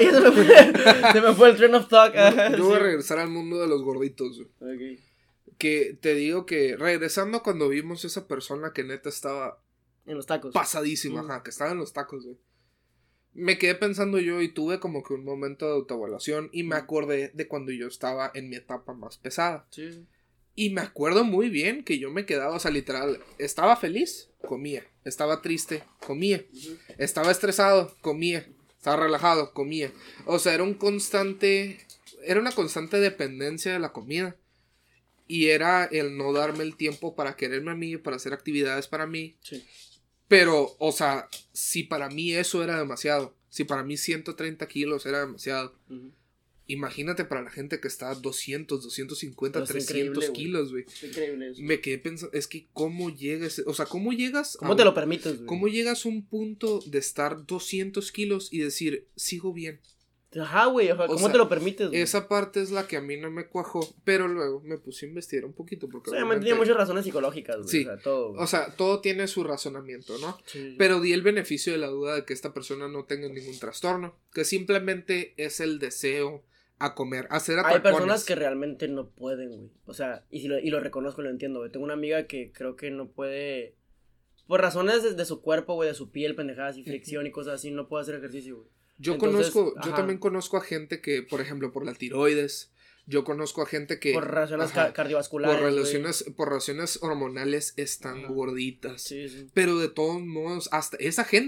Se me fue el tren of talk. Yo voy a regresar al mundo de los gorditos, güey. Okay. Que te digo que regresando cuando vimos esa persona que neta estaba en los tacos. Pasadísima, ajá, que estaba en los tacos, güey. Me quedé pensando yo y tuve como que un momento de autoevaluación y me acordé de cuando yo estaba en mi etapa más pesada. Sí. Y me acuerdo muy bien que yo me quedaba, o sea, literal, estaba feliz, comía. Estaba triste, comía. Estaba estresado, comía. Estaba relajado, comía. O sea, era una constante dependencia de la comida. Y era el no darme el tiempo para quererme a mí, para hacer actividades para mí. Sí. Pero, o sea, si para mí eso era demasiado, si para mí 130 kilos era demasiado, imagínate para la gente que está 200, 250, pero 300 kilos, güey. Increíble eso. Me quedé pensando, es que cómo llegas, o sea, ¿cómo llegas? ¿Cómo te lo permites, güey? ¿Cómo llegas a un punto de estar 200 kilos y decir, sigo bien? Ajá, güey, ¿cómo te lo permites, güey? Esa parte es la que a mí no me cuajó, pero luego me puse a investigar un poquito. Porque obviamente tiene muchas razones psicológicas, güey. Sí, o sea, todo tiene su razonamiento, ¿no? Sí. Pero di el beneficio de la duda de que esta persona no tenga ningún trastorno, que simplemente es el deseo a comer, a hacer atracones. Hay personas que realmente no pueden, güey. O sea, y lo reconozco y lo entiendo, güey. Tengo una amiga que creo que no puede, por razones de su cuerpo, güey, de su piel, pendejadas y fricción y cosas así, no puede hacer ejercicio, güey. Yo también conozco a gente que, por ejemplo, por la tiroides, yo conozco a gente que... Por razones cardiovasculares. Por razones hormonales están gorditas. Sí. Pero de todos modos, hasta esa gente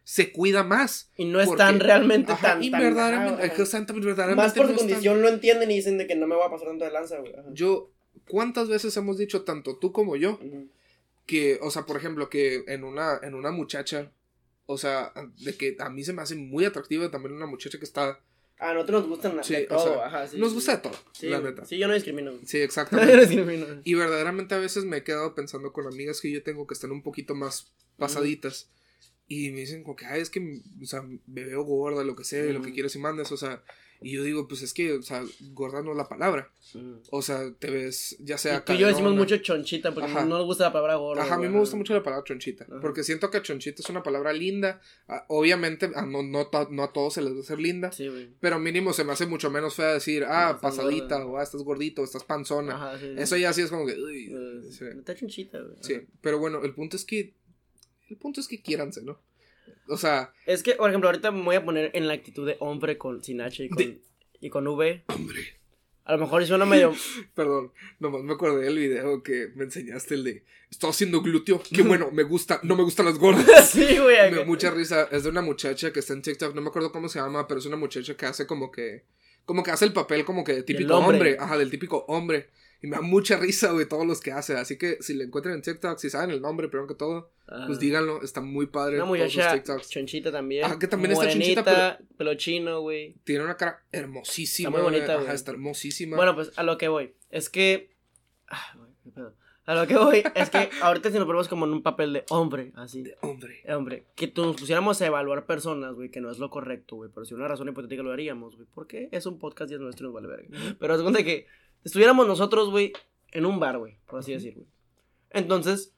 se cuida más. Y no están realmente tan... Y verdaderamente más por su condición lo entienden y dicen de que no me voy a pasar tanto de lanza, güey. ¿Cuántas veces hemos dicho, tanto tú como yo, que, o sea, por ejemplo, que en una muchacha, o sea, de que a mí se me hace muy atractiva también una muchacha que está... A nosotros nos gustan de todo, o sea, nos gusta de todo, sí, la neta. Sí, yo no discrimino. Sí, exactamente. Yo no discrimino. Y verdaderamente a veces me he quedado pensando con amigas que yo tengo que están un poquito más pasaditas. Y me dicen como que, es que, o sea, me veo gorda, lo que sea, lo que quieras y mandes, o sea... Y yo digo, pues es que, o sea, gorda no es la palabra. O sea, te ves, ya sea... Y tú y yo decimos mucho chonchita porque no nos gusta la palabra gorda. A mí me gusta mucho la palabra chonchita. Porque siento que chonchita es una palabra linda. Obviamente, no a todos se les va a hacer linda. Sí, güey. Pero mínimo se me hace mucho menos fea decir, pasadita, o estás gordito, o estás panzona. Eso ya sí es como que... Está chonchita, güey. Sí, pero bueno, el punto es que quiéranse, ¿no? O sea... Es que, por ejemplo, ahorita me voy a poner en la actitud de hombre sin H y con V. Hombre. A lo mejor suena medio... Perdón, nomás me acordé del video que me enseñaste, el de... Estoy haciendo glúteo, qué bueno, no me gustan las gordas. Sí, güey. Me da mucha risa, es de una muchacha que está en TikTok, no me acuerdo cómo se llama, pero es una muchacha que hace como que hace el papel como que de típico hombre. Del típico hombre. Y me da mucha risa, güey, todos los que hace. Así que si le encuentran en TikTok, si saben el nombre, primero que todo, pues díganlo. Está muy padre. Una muchacha chonchita también. Que también morenita, está chonchita, pero pelo chino, güey. tiene una cara hermosísima. Está muy bonita, güey. Está hermosísima. Bueno, pues a lo que voy. Es que... qué pedo. A lo que voy es que ahorita si nos ponemos como en un papel de hombre, así. De hombre. Que nos pusiéramos a evaluar personas, güey, que no es lo correcto, güey. Pero si una razón hipotética lo haríamos, güey. Porque es un podcast y es nuestro y nos vale verga. Pero es cuenta que estuviéramos nosotros, güey, en un bar, güey, por así decir, güey. Entonces,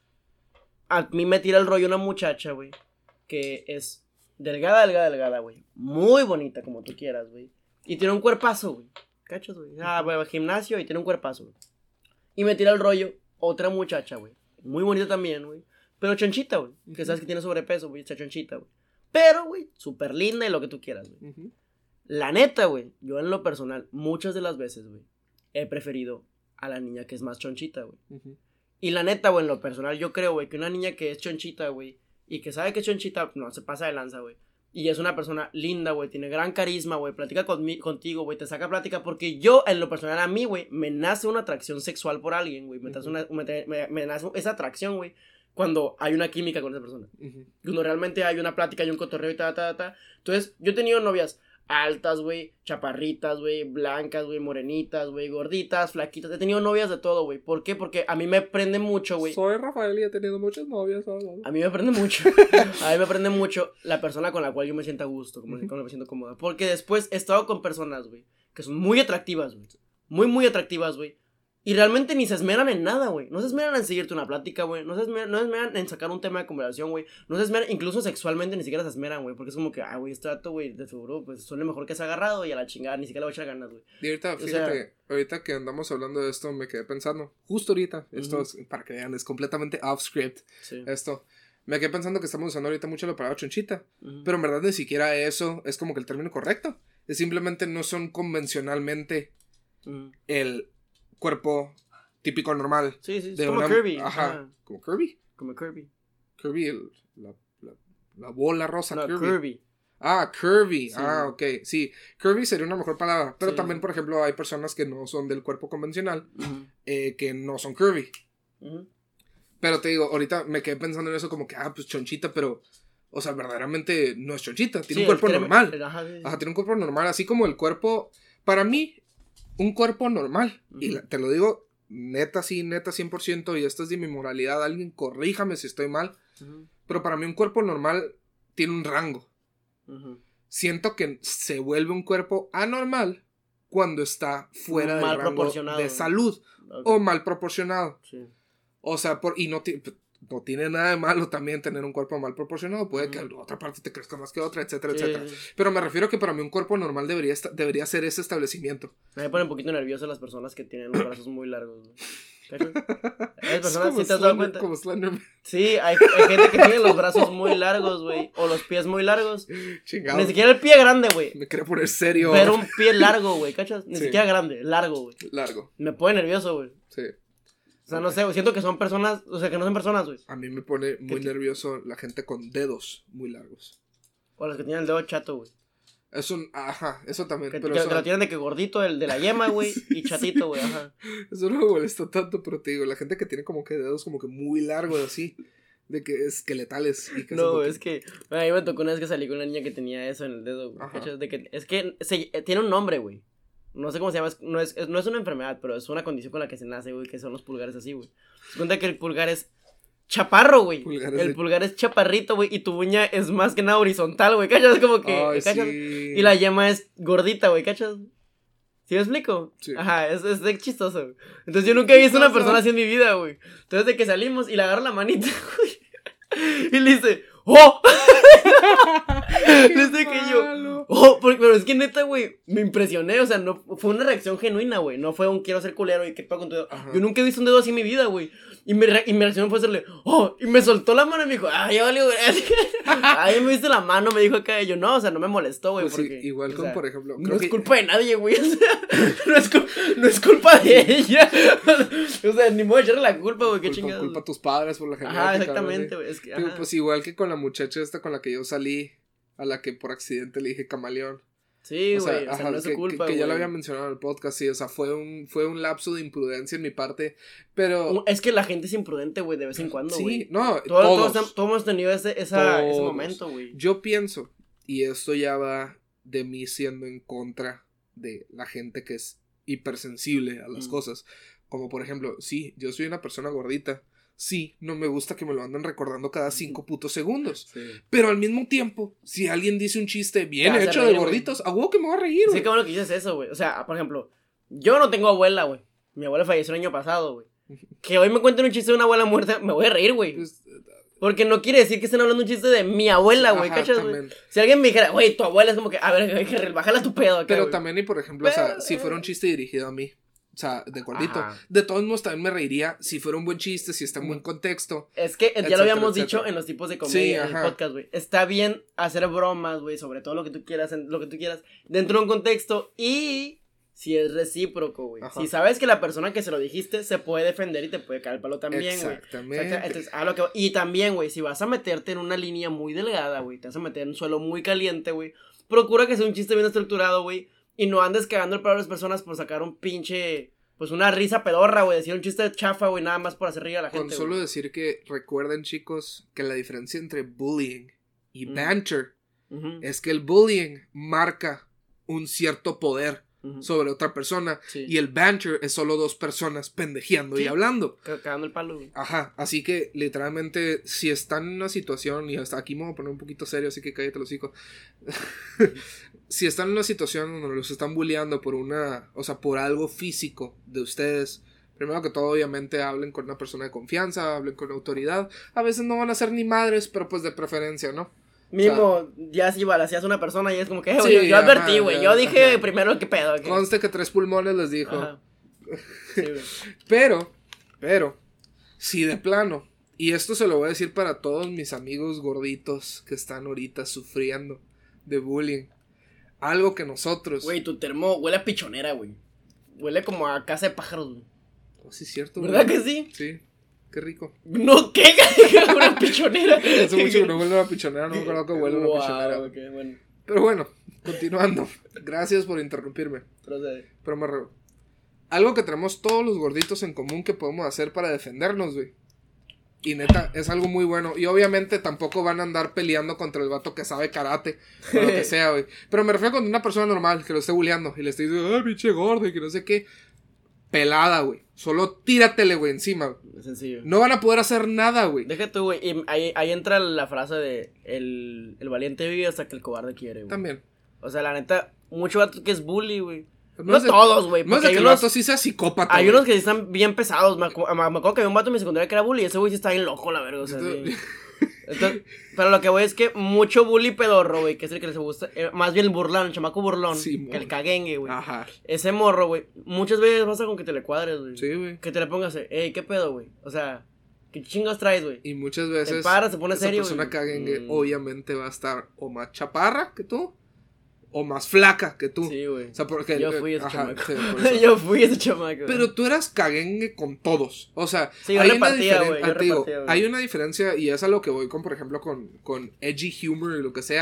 a mí me tira el rollo una muchacha, güey, que es delgada, güey. Muy bonita, como tú quieras, güey. Y tiene un cuerpazo, güey. ¿Cachas, güey? Va al gimnasio y tiene un cuerpazo, güey. Y me tira el rollo otra muchacha, güey. Muy bonita también, güey. Pero chonchita, güey. Que sabes que tiene sobrepeso, güey. Está chonchita, güey. Pero, güey, súper linda y lo que tú quieras, güey. La neta, güey, yo en lo personal, muchas de las veces, güey, he preferido a la niña que es más chonchita, güey. Y la neta, güey, en lo personal, yo creo, güey, que una niña que es chonchita, güey, y que sabe que es chonchita, no, se pasa de lanza, güey. Y es una persona linda, güey, tiene gran carisma, güey, platica contigo, güey, te saca plática, porque yo, en lo personal, a mí, güey, me nace una atracción sexual por alguien, güey, me nace esa atracción, güey, cuando hay una química con esa persona. Cuando realmente hay una plática, hay un cotorreo y Entonces, yo he tenido novias altas, güey, chaparritas, güey, blancas, güey, morenitas, güey, gorditas, flaquitas. He tenido novias de todo, güey. ¿Por qué? Porque a mí me prende mucho, güey. Soy Rafael y he tenido muchas novias. A mí me prende mucho. A mí me prende mucho la persona con la cual yo me siento a gusto, como me siento cómoda. Porque después he estado con personas, güey, que son muy atractivas, güey. Muy atractivas, güey. Y realmente ni se esmeran en nada, güey. No se esmeran en seguirte una plática, güey. No se esmeran en sacar un tema de conversación, güey. No se esmeran, incluso sexualmente ni siquiera se esmeran, güey. Porque es como que, güey, este dato, güey, de seguro, pues suena mejor que se ha agarrado y a la chingada ni siquiera le voy a echar ganas, güey. Y ahorita, fíjate, ahorita que andamos hablando de esto, me quedé pensando, justo ahorita, esto es, para que vean, es completamente off script. Sí. Esto. Me quedé pensando que estamos usando ahorita mucho la palabra chonchita. Pero en verdad ni siquiera eso es como que el término correcto. Es simplemente no son convencionalmente el cuerpo típico normal. Sí, es como Kirby. Ajá. ¿Como Kirby? Como Kirby. Kirby, la bola rosa. No, Kirby. Curvy. Sí. Ok. Sí, curvy sería una mejor palabra. Pero también, por ejemplo, hay personas que no son del cuerpo convencional, que no son curvy. Pero te digo, ahorita me quedé pensando en eso como que, pues chonchita, pero, o sea, verdaderamente no es chonchita. Tiene un cuerpo normal. Tiene un cuerpo normal. Así como el cuerpo, para mí, un cuerpo normal. Y te lo digo neta 100%, y esta es de mi moralidad, alguien corríjame si estoy mal, pero para mí un cuerpo normal tiene un rango. Siento que se vuelve un cuerpo anormal cuando está fuera del rango de salud, o mal proporcionado. O sea, y no tiene nada de malo también tener un cuerpo mal proporcionado. Puede que otra parte te crezca más que otra, etcétera, etcétera. Pero me refiero a que para mí un cuerpo normal debería ser ese establecimiento. Me pone un poquito nervioso las personas que tienen los brazos muy largos, ¿no? Hay personas, ¿sí te has dado cuenta? Como Slenderman. Sí, hay gente que tiene los brazos muy largos, güey. O los pies muy largos. Chingado. Ni siquiera el pie grande, güey. Me quería poner serio. Pero un pie largo, güey, ¿cachas? Ni siquiera grande, largo, güey. Largo. Me pone nervioso, güey. Sí. O sea, no sé, siento que son personas, o sea, que no son personas, güey. A mí me pone muy nervioso la gente con dedos muy largos. O las que tienen el dedo chato, güey. Eso también. Que pero lo tienen de que gordito, el de la yema, güey, y chatito, güey, ajá. Eso no me molesta tanto, pero te digo, la gente que tiene como que dedos como que muy largos así, de que esqueletales. Y que no, es que, a mí me tocó una vez que salí con una niña que tenía eso en el dedo, güey. Es que tiene un nombre, güey. No sé cómo se llama, no es una enfermedad, pero es una condición con la que se nace, güey, que son los pulgares así, güey. Se cuenta que el pulgar es chaparro, güey. El pulgar es chaparrito, güey, y tu uña es más que nada horizontal, güey, ¿cachas? Es como que, ¿cachas? Sí. Y la yema es gordita, güey, ¿cachas? ¿Sí me explico? Sí. Ajá, es de chistoso, güey. Entonces yo nunca he visto una persona así en mi vida, güey. Entonces de que salimos y le agarro la manita, güey, y le dice, ¡oh! Desde que yo, pero es que neta, güey, me impresioné, o sea, no fue una reacción genuina, güey, no fue un quiero ser culero y qué pago con tu dedo. Yo nunca he visto un dedo así en mi vida, güey. Y mi reacción fue hacerle, y me soltó la mano y me dijo, ya valió, güey. Ahí me viste la mano, me dijo acá, y yo, no, o sea, no me molestó, güey, pues porque, igual como, por ejemplo, no es culpa de nadie, güey, o sea, no es culpa de ella. O sea, ni modo de echarle la culpa, güey, qué chingados. Culpa a tus padres por la genética. Ajá, exactamente, güey, es que, pues igual que con la muchacha esta con la que yo salí, a la que por accidente le dije camaleón. Sí, güey, o sea, no es su culpa, que ya lo había mencionado en el podcast, sí, o sea, fue un lapso de imprudencia en mi parte, pero... Es que la gente es imprudente, güey, de vez en cuando, güey. Sí, no, todos hemos tenido ese momento, güey. Yo pienso, y esto ya va de mí siendo en contra de la gente que es hipersensible a las cosas, como por ejemplo, sí, yo soy una persona gordita, sí, no me gusta que me lo anden recordando cada 5 putos segundos. Sí. Pero al mismo tiempo, si alguien dice un chiste bien hecho reír, de gorditos, a huevo que me voy a reír, güey. Sí, qué bueno que dices eso, güey. O sea, por ejemplo, yo no tengo abuela, güey. Mi abuela falleció el año pasado, güey. Que hoy me cuenten un chiste de una abuela muerta, me voy a reír, güey. Pues, porque no quiere decir que estén hablando un chiste de mi abuela, güey, ¿cachas, güey? Si alguien me dijera, güey, tu abuela es como que, a ver, bájala tu pedo acá, pero wey. También, y por ejemplo, o sea, si fuera un chiste dirigido a mí, o sea, de gordito. De todos modos también me reiría si fuera un buen chiste, si está en buen contexto. Es que ya lo habíamos dicho en los tipos de comedia en el podcast, güey. Está bien hacer bromas, güey, sobre todo lo que tú quieras, dentro de un contexto y si es recíproco, güey. Si sabes que la persona que se lo dijiste se puede defender y te puede caer el palo también, güey. Exactamente. Entonces, y también, güey, si vas a meterte en una línea muy delgada, güey, te vas a meter en un suelo muy caliente, güey, procura que sea un chiste bien estructurado, güey. Y no andes cagando el palo a las personas por sacar un pinche, pues una risa pedorra, güey. Decir un chiste de chafa, güey, nada más por hacer reír a la gente. Con solo decir que recuerden, chicos, que la diferencia entre bullying y banter es que el bullying marca un cierto poder sobre otra persona. Sí. Y el banter es solo dos personas pendejeando y hablando. Cagando el palo, güey. Ajá, así que literalmente, si están en una situación, y hasta aquí me voy a poner un poquito serio, así que cállate los hocico. Si están en una situación donde los están bulleando por algo físico de ustedes, primero que todo, obviamente, hablen con una persona de confianza, hablen con autoridad. A veces no van a ser ni madres, pero pues de preferencia, ¿no? Mínimo, o sea, ya si balacías a una persona y es como que, yo advertí, güey, yo dije primero qué pedo. ¿Qué? Conste que 3 pulmones les dijo. Ajá. Sí, pero, si de plano, y esto se lo voy a decir para todos mis amigos gorditos que están ahorita sufriendo de bullying. Algo que nosotros... Güey, tu termo huele a pichonera, güey. Huele como a casa de pájaros, güey. Oh, sí, es cierto, ¿verdad güey? que sí? Sí, qué rico. No, ¿qué? Una pichonera. Hace mucho que no huele a una pichonera, no me acuerdo que huele a una pichonera. Okay, bueno. Pero bueno, continuando. Gracias por interrumpirme. Pero me reo. Algo que tenemos todos los gorditos en común que podemos hacer para defendernos, güey. Y neta, es algo muy bueno. Y obviamente tampoco van a andar peleando contra el vato que sabe karate o lo que sea, güey. Pero me refiero con una persona normal que lo esté bulleando y le esté diciendo, ay, pinche gordo, y que no sé qué. Pelada, güey. Solo tíratele, güey, encima, güey. Es sencillo. No van a poder hacer nada, güey. Déjate tú, güey. Y ahí entra la frase de el valiente vive hasta que el cobarde quiere, güey. También. O sea, la neta, mucho vato que es bully, güey. No todos, güey. No es de que el vato sí sea psicópata. Hay unos que sí están bien pesados. Me acuerdo que había un vato en mi secundaria que era bully y ese güey sí está bien loco, la verga. O sea, sí. Entonces, pero lo que voy es que mucho bully pedorro, güey, que es el que les gusta, más bien el burlón, el chamaco burlón, sí, que el caguengue, güey. Ajá. Ese morro, güey, muchas veces basta con que te le cuadres, güey. Sí, güey. Que te le pongas, ¿qué pedo, güey? O sea, ¿qué chingos traes, güey? Y muchas veces se para, se pone serio, esa persona caguengue obviamente va a estar o más chaparra que tú o más flaca que tú. Sí, güey. O sea, porque yo fui ese chamaco. Sí, yo fui ese chamaco. Pero tú eras caguengue con todos. O sea, sí, yo repartía, güey. Hay una diferencia y es a lo que voy con, por ejemplo, con edgy humor y lo que sea.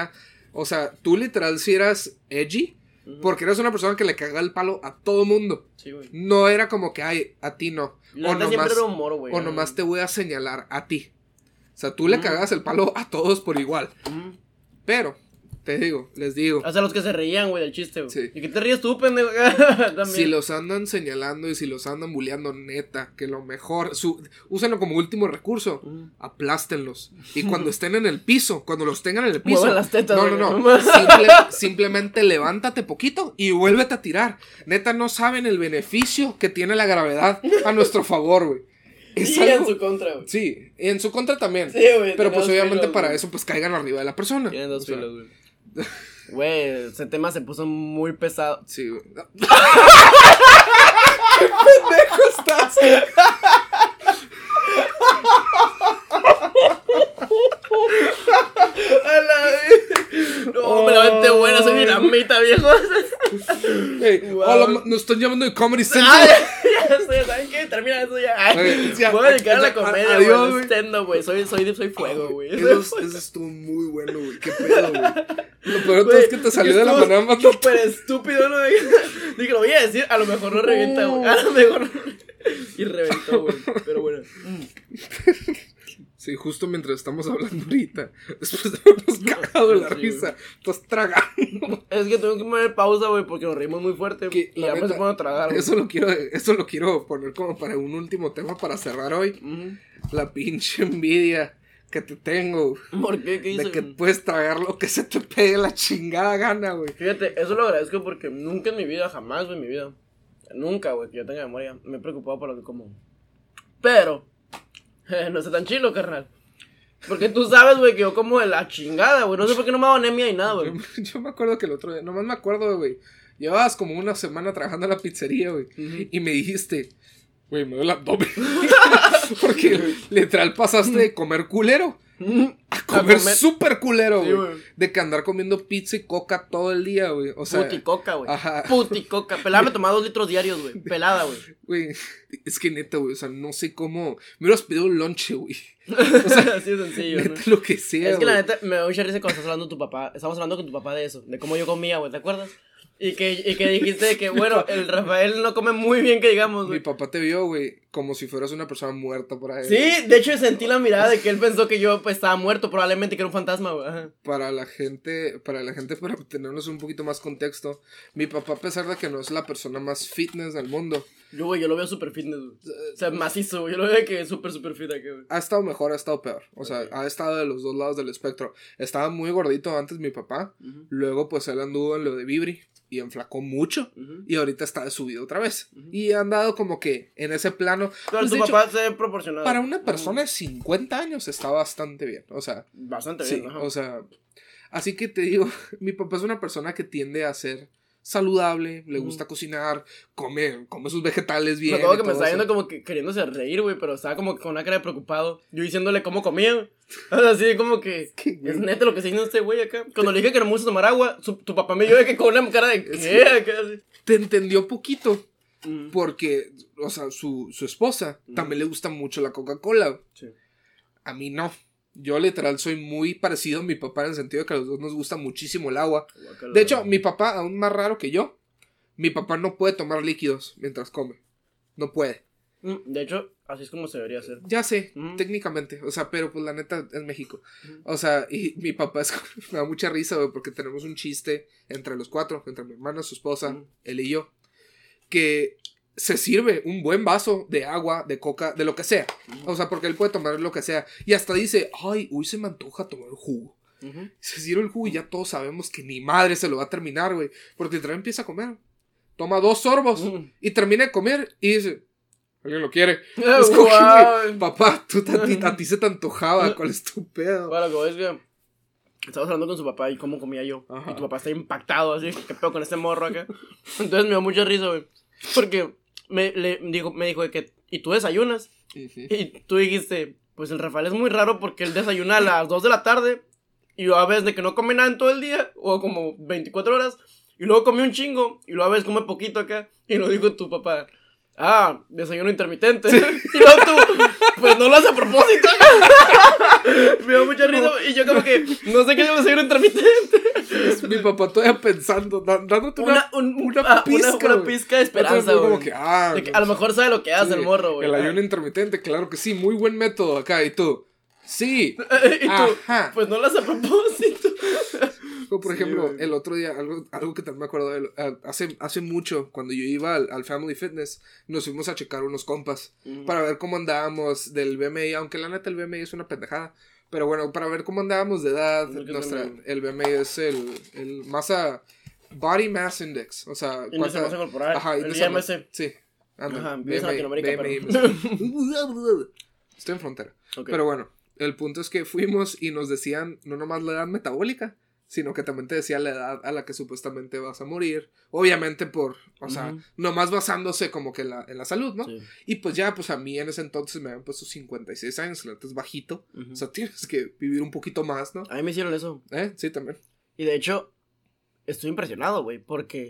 O sea, tú literal si eras edgy, porque eras una persona que le cagaba el palo a todo mundo. Sí, güey. No era como que, ay, a ti no. La neta siempre era humor, güey. O nomás te voy a señalar a ti. O sea, tú le cagabas el palo a todos por igual. Pero, les digo. Hasta los que se reían, güey, del chiste, güey. Sí. ¿Y qué te ríes tú, pendejo? Si los andan señalando y si los andan bulleando, neta, que lo mejor, úsenlo como último recurso, aplástenlos. Y cuando estén en el piso, cuando los tengan en el piso, muevan las tetas, no. Simplemente levántate poquito y vuélvete a tirar. Neta, no saben el beneficio que tiene la gravedad a nuestro favor, güey. Sí, algo... en su contra, güey. Sí, en su contra también. Sí, güey. Pero pues obviamente filos, para eso, pues caigan arriba de la persona. Tienen dos filos, güey. Güey, ese tema se puso muy pesado. Sí, güey. ¡Qué pendejo estás! No, me la vente buena, soy dinamita, viejo. Hey, wow. Hola, nos están llamando de Comedy Central. Ya sé, ¿saben qué? Termina eso ya. Voy a dedicar a la comedia, adiós, güey. Stand-up, güey. Soy fuego, güey. Eso estuvo muy bueno, güey. Qué pedo, güey. Lo peor es que te salió de la manera más súper estúpido, ¿no? Dije, lo voy a decir, a lo mejor no revienta, güey. A lo mejor no. Y reventó, güey. Pero bueno. Sí, justo mientras estamos hablando ahorita, después de habernos cagado la risa, estás tragando. Es que tengo que poner pausa, güey, porque nos reímos muy fuerte. Y ya me se pone a tragar, güey. Eso lo quiero poner como para un último tema para cerrar hoy. La pinche envidia que te tengo. ¿Por qué? ¿Qué hice? De que puedes tragar lo que se te pegue la chingada gana, güey. Fíjate, eso lo agradezco porque nunca en mi vida, jamás, güey, en mi vida, nunca, güey, que yo tenga memoria, me he preocupado por lo que como. Pero no está tan chilo, carnal. Porque tú sabes, güey, que yo como de la chingada, güey. No sé por qué no me hago anemia ni nada, güey. Yo me acuerdo que el otro día, nomás me acuerdo, güey. Llevabas como una semana trabajando en la pizzería, güey. Y me dijiste, güey, me duele el abdomen. Porque literal pasaste de comer culero a comer súper culero, güey. Sí, de que andar comiendo pizza y coca todo el día, güey. O sea, puticoca, güey. Ajá. Puticoca. Pelada me tomaba 2 litros diarios, güey. Pelada, güey. Güey, es que neta, güey. O sea, no sé cómo. Me hubieras pedido un lonche, güey. O sea, así de sencillo, neta, ¿no? Lo que sea. Es que la neta me da mucha risa cuando estás hablando de tu papá. Estamos hablando con tu papá de eso, de cómo yo comía, güey. ¿Te acuerdas? Y que dijiste que, bueno, el Rafael no come muy bien, que digamos, güey. Mi papá te vio, güey, como si fueras una persona muerta por ahí. Sí, de hecho sentí la mirada de que él pensó que yo pues, estaba muerto, probablemente que era un fantasma, güey. Ajá. Para tenernos un poquito más contexto, mi papá, a pesar de que no es la persona más fitness del mundo. Yo lo veo súper fitness, güey. O sea, macizo, güey. Yo lo veo que es súper fit aquí, güey. Ha estado mejor, ha estado peor. O sea, ha estado de los dos lados del espectro. Estaba muy gordito antes mi papá. Luego, pues, él anduvo en lo de Vibri. Y enflacó mucho. Y ahorita está subido otra vez. Y ha andado como que en ese plano. Pero pues, tu papá se proporcionado. Para una persona de 50 años está bastante bien. O sea. Bastante sí, bien, ajá. O sea. Así que te digo, mi papá es una persona que tiende a ser saludable, le gusta cocinar, come sus vegetales bien. Me acuerdo que me estaba viendo como que queriéndose reír, güey, pero estaba como con una cara de preocupado. Yo diciéndole cómo comía, güey. O sea, así como que es neta lo que se hizo este güey acá. Cuando le dije que no me gusta tomar agua, tu papá me dio de que con una cara de ¿qué? Acá, te entendió poquito. Porque, o sea, su esposa también le gusta mucho la Coca-Cola. Sí. A mí no. Yo literal soy muy parecido a mi papá en el sentido de que a los dos nos gusta muchísimo el agua. De hecho, mi papá, aún más raro que yo, mi papá no puede tomar líquidos mientras come. No puede. De hecho, así es como se debería hacer. Ya sé, técnicamente. O sea, pero pues la neta es México. O sea, y mi papá me da mucha risa, güey, porque tenemos un chiste entre los 4, entre mi hermana, su esposa, él y yo, que se sirve un buen vaso de agua, de coca, de lo que sea. O sea, porque él puede tomar lo que sea. Y hasta dice, ay, uy, se me antoja tomar jugo. Se sirve el jugo y ya todos sabemos que ni madre se lo va a terminar, güey. Porque literal empieza a comer. Toma 2 sorbos y termina de comer y dice, ¿alguien lo quiere? Es como que, papá, a ti se te antojaba. ¿Cuál es tu pedo? Bueno, lo que es que estábamos hablando con su papá y cómo comía yo. Ajá. Y tu papá está impactado así, ¿qué pedo con este morro acá? Entonces me dio mucha risa, güey. Porque me dijo de que, ¿y tú desayunas? Y tú dijiste, pues el Rafael es muy raro porque él desayuna a las 2 de la tarde y luego a veces de que no come nada en todo el día, o como 24 horas, y luego come un chingo, y luego a veces come poquito acá, y lo dijo tu papá, desayuno intermitente. Sí. Y luego tú, pues no lo haces a propósito. Me dio mucha risa, y yo como que, no sé qué es desayuno intermitente. Mi papá todavía pensando, dándote una pizca. Una pizca de esperanza, güey. Como que, a lo mejor sabe lo que hace el morro, güey. El ayuno intermitente, claro que sí, muy buen método acá. Y tú, sí. Y tú, ajá. Pues no lo hace a propósito. Como por ejemplo, el otro día, algo que también me acuerdo de él, hace mucho, cuando yo iba al Family Fitness, nos fuimos a checar unos compas para ver cómo andábamos del BMI, aunque la neta el BMI es una pendejada, pero bueno, para ver cómo andábamos de edad. El BMI es el masa, Body Mass Index, o sea, índice de masa corporal, ajá, el IMC. Sí, ajá, vives en Latinoamérica, Estoy en frontera, pero bueno, el punto es que fuimos y nos decían no nomás la edad metabólica, sino que también te decía la edad a la que supuestamente vas a morir. Obviamente o sea, nomás basándose como que en la salud, ¿no? Sí. Y pues ya, pues a mí en ese entonces me habían puesto 56 años, la neta es bajito. O sea, tienes que vivir un poquito más, ¿no? A mí me hicieron eso. Sí, también. Y de hecho, estoy impresionado, güey, porque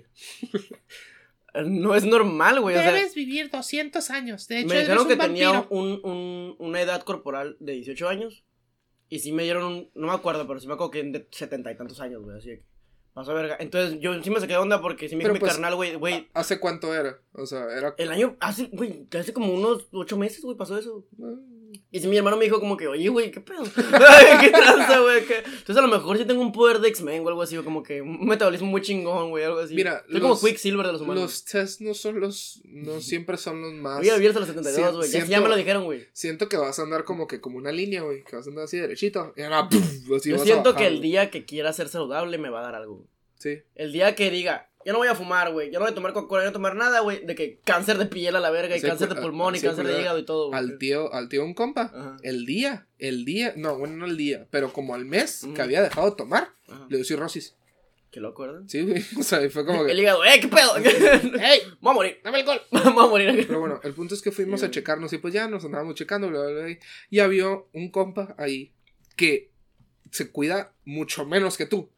no es normal, güey. Debes vivir 200 años. De hecho, me dijeron que tenía una edad corporal de 18 años. Y sí me dieron no me acuerdo, pero sí me acuerdo que de 70 y tantos años, güey, así que pasó verga. Entonces yo sí me saqué de onda porque sí me dijo mi carnal, güey. ¿Hace cuánto era? O sea, era... El año, hace como unos 8 meses, güey, pasó eso. Y sí mi hermano me dijo como que, oye, güey, ¿qué pedo? ¿Qué tranza, güey? Entonces a lo mejor sí tengo un poder de X-Men o algo así, o como que un metabolismo muy chingón, güey, algo así. Mira, soy como Quicksilver de los humanos. Los tests no siempre son los más... Voy a vivir hasta los 72, güey, ya me lo dijeron, güey. Siento que vas a andar como una línea, güey, que vas a andar así derechito. Y ahora, así yo siento que el día que quiera ser saludable me va a dar algo. Sí. El día que diga, ya no voy a fumar, güey, ya no voy a tomar Coca-Cola, ya no voy a tomar nada, güey, de que cáncer de piel a la verga y cáncer de pulmón y cáncer de hígado y todo, güey. Al tío un compa, ajá. el día, no el día, pero como al mes que había dejado de tomar, le dio cirrosis. Qué loco, ¿verdad? Sí, güey, o sea, fue como que... El hígado, qué pedo, ¡ey! Voy a morir, dame alcohol, voy a morir. Pero bueno, el punto es que fuimos a checarnos y pues ya nos andábamos checando, bla, bla, bla, y había un compa ahí que se cuida mucho menos que tú.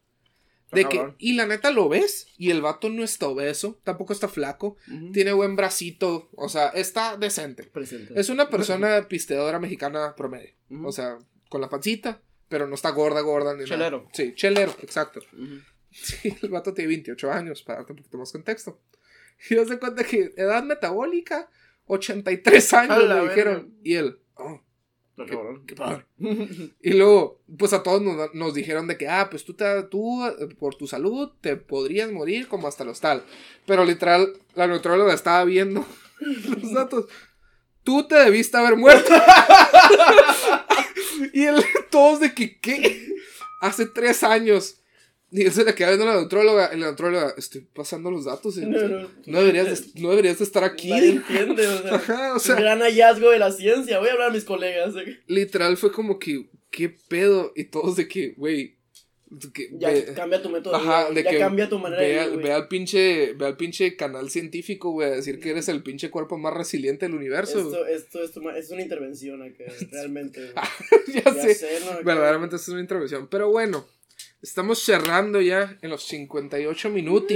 Y la neta lo ves, y el vato no está obeso, tampoco está flaco, tiene buen bracito, o sea, está decente. Presente. Es una persona pisteadora mexicana promedio, o sea, con la pancita, pero no está gorda ni chelero. Nada. Sí, chelero, exacto. Sí, el vato tiene 28 años, para darte un poquito más contexto. Y te das cuenta que edad metabólica, 83 años le dijeron, y él, Qué padre. Y luego, pues a todos nos dijeron de que, pues tú por tu salud te podrías morir como hasta los tal. Pero literal, la nutrióloga estaba viendo los datos. Tú te debiste haber muerto. Y todos de que, ¿qué? Hace 3 años. Y él se le queda viendo a la neutróloga. Y la neutróloga, estoy pasando los datos. No deberías de estar aquí. Nadie entiende, o sea, gran hallazgo de la ciencia. Voy a hablar a mis colegas. Literal fue como que, ¿qué pedo? Y todos de que, güey. Cambia tu método. Ajá, de ya que cambia tu manera ve al pinche canal científico, güey, a decir que eres el pinche cuerpo más resiliente del universo. Esto es una intervención acá, realmente. ya sé, ¿no? Verdaderamente esto es una intervención. Pero bueno. Estamos cerrando ya en los 58 minutos.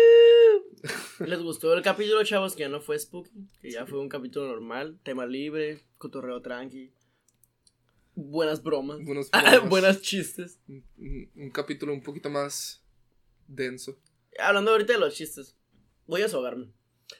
¿Les gustó el capítulo, chavos? Que ya no fue spooky, que ya fue un capítulo normal, tema libre, cotorreo tranqui, buenas bromas. Buenas chistes. Un capítulo un poquito más denso. Hablando ahorita de los chistes, voy a desahogarme.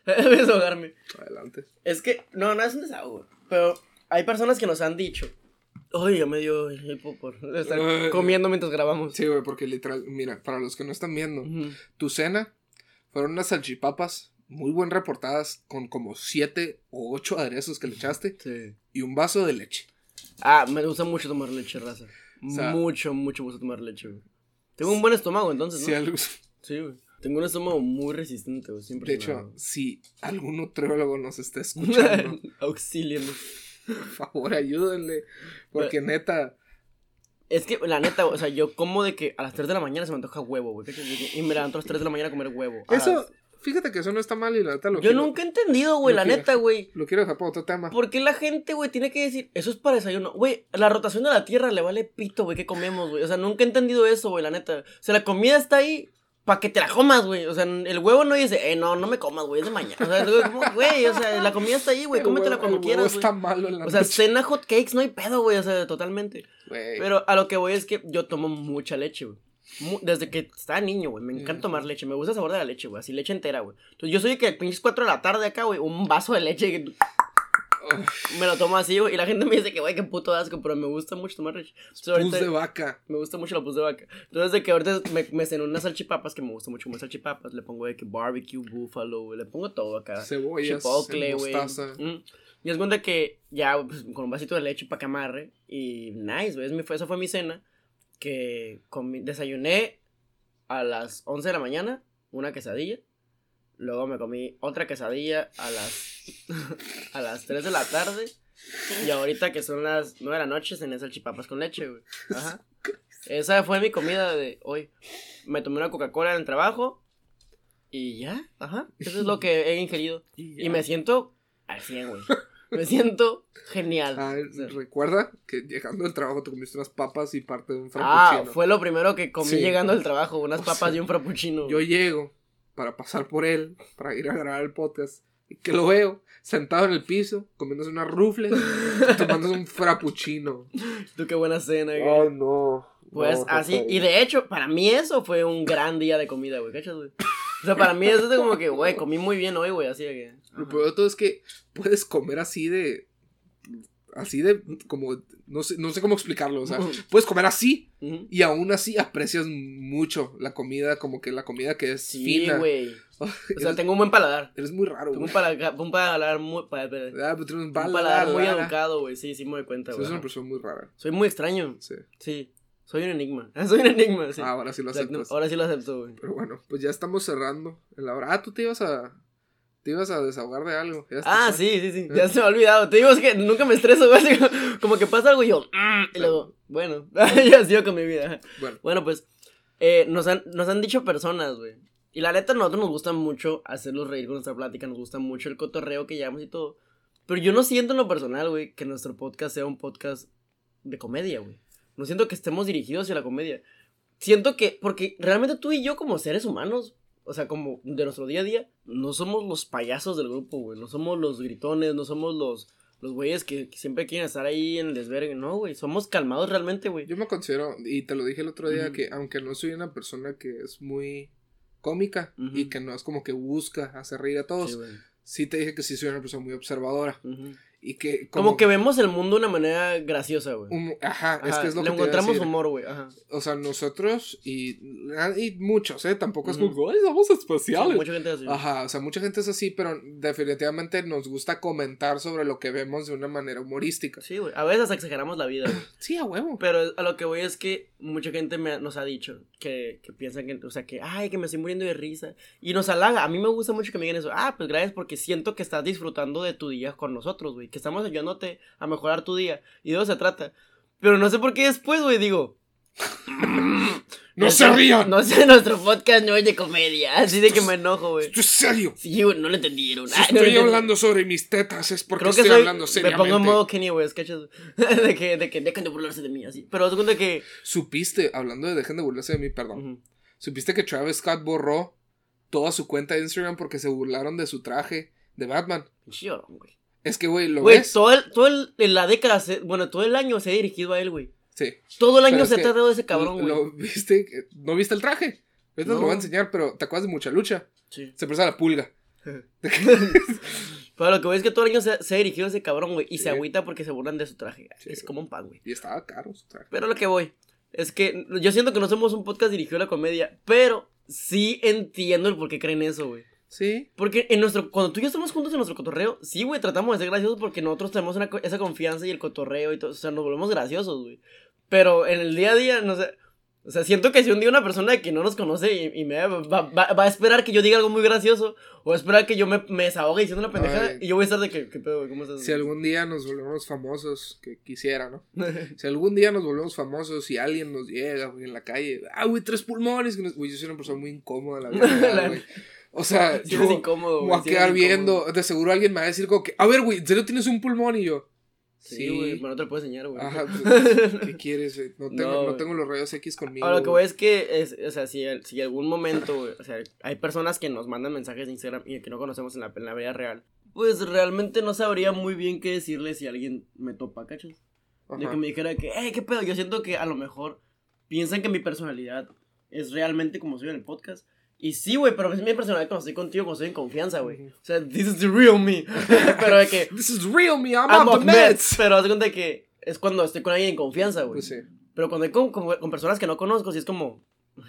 Adelante. Es que, no es un desahogo, pero hay personas que nos han dicho. Ay, ya me dio hipo por estar comiendo mientras grabamos. Sí, güey, porque literal, mira, para los que no están viendo, tu cena fueron unas salchipapas muy buen reportadas con como 7 o 8 aderezos que le echaste. Sí. Y un vaso de leche. Me gusta mucho tomar leche, raza. O sea, mucho me gusta tomar leche, güey. Tengo un buen estómago, entonces, ¿no? Sí, güey. Tengo un estómago muy resistente, güey. Siempre. De hecho, si algún nutriólogo nos está escuchando, auxílienos. Por favor, ayúdenle. Porque neta. Es que, la neta, o sea, yo como de que a las 3 de la mañana se me antoja huevo, güey. Y me levanto a las 3 de la mañana a comer huevo. Eso, fíjate que eso no está mal y la neta yo nunca he entendido, güey, la neta, güey. Lo quiero dejar para otro tema. ¿Por qué la gente, güey, tiene que decir, eso es para desayuno? Güey, la rotación de la tierra le vale pito, güey, ¿qué comemos, güey? O sea, nunca he entendido eso, güey, la neta. O sea, la comida está ahí para que te la comas, güey. O sea, el huevo no dice, no me comas, güey, es de mañana. O sea, güey, o sea, la comida está ahí, güey, cómetela cuando quieras, güey. Está malo en la noche. Cena hot cakes, no hay pedo, güey, o sea, totalmente. Wey. Pero a lo que voy es que yo tomo mucha leche, güey. desde que estaba niño, güey, me encanta tomar leche. Me gusta el sabor de la leche, güey, así leche entera, güey. Entonces yo soy de que pinches 4 de la tarde acá, güey, un vaso de leche que... Me lo tomo así, güey, y la gente me dice que, güey, qué puto asco, pero me gusta mucho tomar leche. Pus de vaca. Me gusta mucho la pus de vaca. Entonces, de que ahorita me cené unas salchipapas, que me gusta mucho comer salchipapas, le pongo de que barbecue, búfalo, güey, le pongo todo acá. Cebollas, chipotle, güey. mostaza. Y es cuenta que ya, pues, con un vasito de leche para que amarre, y nice, güey, esa fue mi cena, que desayuné a las 11 de la mañana, una quesadilla. Luego me comí otra quesadilla a las 3 de la tarde. Y ahorita que son las 9 de la noche, cené salchipapas con leche, güey. Ajá. Esa fue mi comida de hoy. Me tomé una Coca-Cola en el trabajo. Y ya, ajá. Eso es lo que he ingerido. Y me siento al 100, güey. Me siento genial. Recuerda que llegando del trabajo te comiste unas papas y parte de un frappuccino. Fue lo primero que comí llegando del trabajo. Unas papas y un frappuccino. Yo llego para pasar por él, para ir a grabar el podcast, y que lo veo sentado en el piso, comiéndose unas rufles, tomándose un frappuccino. Tú qué buena cena, güey. Ay, no. Pues no, así, y de hecho, para mí eso fue un gran día de comida, güey, ¿cachas, güey? O sea, para mí eso es de como que, güey, comí muy bien hoy, güey, así de que... Lo peor de todo es que puedes comer así de, como, no sé cómo explicarlo, o sea, puedes comer así, y aún así aprecias mucho la comida, como que la comida que es fina. Sí, güey. O sea, tengo un buen paladar. Eres muy raro, güey. Tengo un paladar muy... un paladar muy educado, güey, sí, me doy cuenta, güey. Soy una persona muy rara. Soy muy extraño. Sí. Soy un enigma. Soy un enigma, sí. Ahora sí lo aceptas. Ahora sí lo acepto, güey. Pero bueno, pues ya estamos cerrando la hora. Tú te ibas a desahogar de algo. Sí. Ya se me ha olvidado. Te digo, es que nunca me estreso, güey. Como que pasa algo y yo... Y luego, bueno, ya sigo con mi vida. Bueno, pues, nos han dicho personas, güey. Y la neta, a nosotros nos gusta mucho hacerlos reír con nuestra plática. Nos gusta mucho el cotorreo que llevamos y todo. Pero yo no siento en lo personal, güey, que nuestro podcast sea un podcast de comedia, güey. No siento que estemos dirigidos hacia la comedia. Siento que, porque realmente tú y yo como seres humanos, o sea, como de nuestro día a día, no somos los payasos del grupo, güey. No somos los gritones, no somos los güeyes que siempre quieren estar ahí en el desvergue. No, güey, somos calmados realmente, güey. Yo me considero, y te lo dije el otro día, que aunque no soy una persona que es muy cómica y que no es como que busca hacer reír a todos, sí te dije que sí soy una persona muy observadora. Y que como que vemos el mundo de una manera graciosa, güey. Es que es lo que le encontramos humor, güey. O sea, nosotros y muchos, tampoco es como, ay, somos especiales. Sí, mucha gente es así. O sea, mucha gente es así, pero definitivamente nos gusta comentar sobre lo que vemos de una manera humorística. Sí, güey. A veces exageramos la vida, güey. Sí, a huevo. Pero a lo que voy es que mucha gente nos ha dicho que piensan que, o sea, que, ay, que me estoy muriendo de risa. Y nos halaga. A mí me gusta mucho que me digan eso. Pues gracias porque siento que estás disfrutando de tu día con nosotros, güey. Que estamos ayudándote a mejorar tu día. Y de eso se trata. Pero no sé por qué después, güey, digo... ¡No se rían! No sé, nuestro podcast no es de comedia. Así de que me enojo, güey. ¿Esto es serio? Sí, güey, no lo entendieron. Si estoy hablando sobre mis tetas es porque estoy hablando seriamente. Me pongo en modo Kenny West, ¿cachas? de que dejen de burlarse de mí, así. Pero segunda que... Supiste, hablando de dejen de burlarse de mí, perdón. Supiste que Travis Scott borró toda su cuenta de Instagram porque se burlaron de su traje de Batman. Llorón, güey. Es que, güey, lo ves. La década, todo el año se ha dirigido a él, güey. Sí. Todo el año se ha tratado de ese cabrón, güey. ¿Lo viste? ¿No viste el traje? Ahorita te lo voy a enseñar, pero ¿te acuerdas de Mucha Lucha? Sí. Se presta la pulga. Pero lo que voy es que todo el año se ha dirigido a ese cabrón, güey. Y se agüita porque se burlan de su traje. Sí, es como un pan, güey. Y estaba caro su traje. Pero lo que voy es que yo siento que no somos un podcast dirigido a la comedia, pero sí entiendo el por qué creen eso, güey. Sí. Porque cuando tú y yo estamos juntos en nuestro cotorreo, sí, güey, tratamos de ser graciosos porque nosotros tenemos esa confianza y el cotorreo y todo. O sea, nos volvemos graciosos, güey. Pero en el día a día, no sé. O sea, siento que si un día una persona que no nos conoce y me va a esperar que yo diga algo muy gracioso, o va a esperar que yo me desahogue diciendo una pendejada, y yo voy a estar de que, ¿qué pedo, güey? ¿Cómo estás? Si algún día nos volvemos famosos, que quisiera, ¿no? Si algún día nos volvemos famosos y alguien nos llega, güey, en la calle, güey, 3 pulmones, güey, yo soy una persona muy incómoda, la verdad, güey. O sea, yo incómodo, voy a quedar viendo, de seguro alguien me va a decir como que, a ver, güey, ¿en serio tienes un pulmón? Y yo, sí, güey, pero no te lo puedo enseñar, güey. Ajá, pues, ¿qué quieres, güey? No tengo los rayos X conmigo. Ahora, lo que voy es que, o sea, si algún momento, güey, o sea, hay personas que nos mandan mensajes de Instagram y que no conocemos en la vida real, pues realmente no sabría muy bien qué decirle si alguien me topa, ¿cachos? De que me dijera que, ¿qué pedo? Yo siento que a lo mejor piensan que mi personalidad es realmente como soy en el podcast. Y sí, güey, pero es mi personalidad cuando estoy contigo, cuando estoy en confianza, güey. O sea, this is the real me. Pero de que... This is real me, I'm off the meds. Pero haz de cuenta que es cuando estoy con alguien en confianza, güey. Pues sí. Pero cuando hay con personas que no conozco, sí es como... o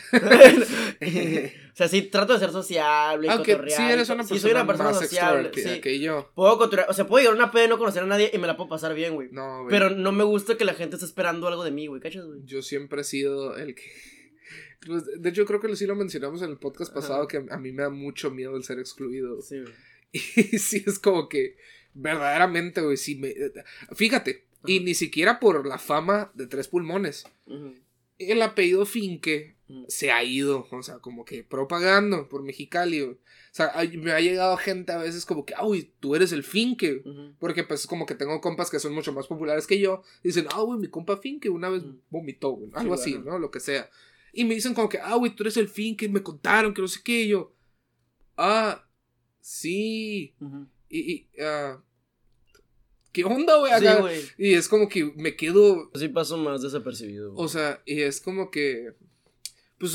sea, sí trato de ser sociable y cotorrear. Sí, eres una persona, soy una persona más sociable, extrovertida que yo. Puedo cotorrear, o sea, puedo llegar a una peda y no conocer a nadie y me la puedo pasar bien, güey. No, güey. Pero no me gusta que la gente esté esperando algo de mí, güey, ¿cachas, güey? Yo siempre he sido el que... Pues, de hecho, creo que sí lo mencionamos en el podcast pasado, que a mí me da mucho miedo el ser excluido. Sí, güey. Y sí, es como que verdaderamente, güey, sí me... Fíjate, y ni siquiera por la fama de Tres Pulmones. El apellido Finke se ha ido, o sea, como que propagando por Mexicali, güey. O sea, me ha llegado gente a veces como que, uy, tú eres el Finke. Porque pues como que tengo compas que son mucho más populares que yo. Dicen, güey, mi compa Finke una vez vomitó, güey. Algo así, bueno, ¿no? Lo que sea. Y me dicen como que, güey, tú eres el Finke, me contaron que no sé qué. Y yo, sí. ¿Qué onda, güey? Sí, güey. Y es como que me quedo... Sí paso más desapercibido, güey. O sea, y es como que... Pues...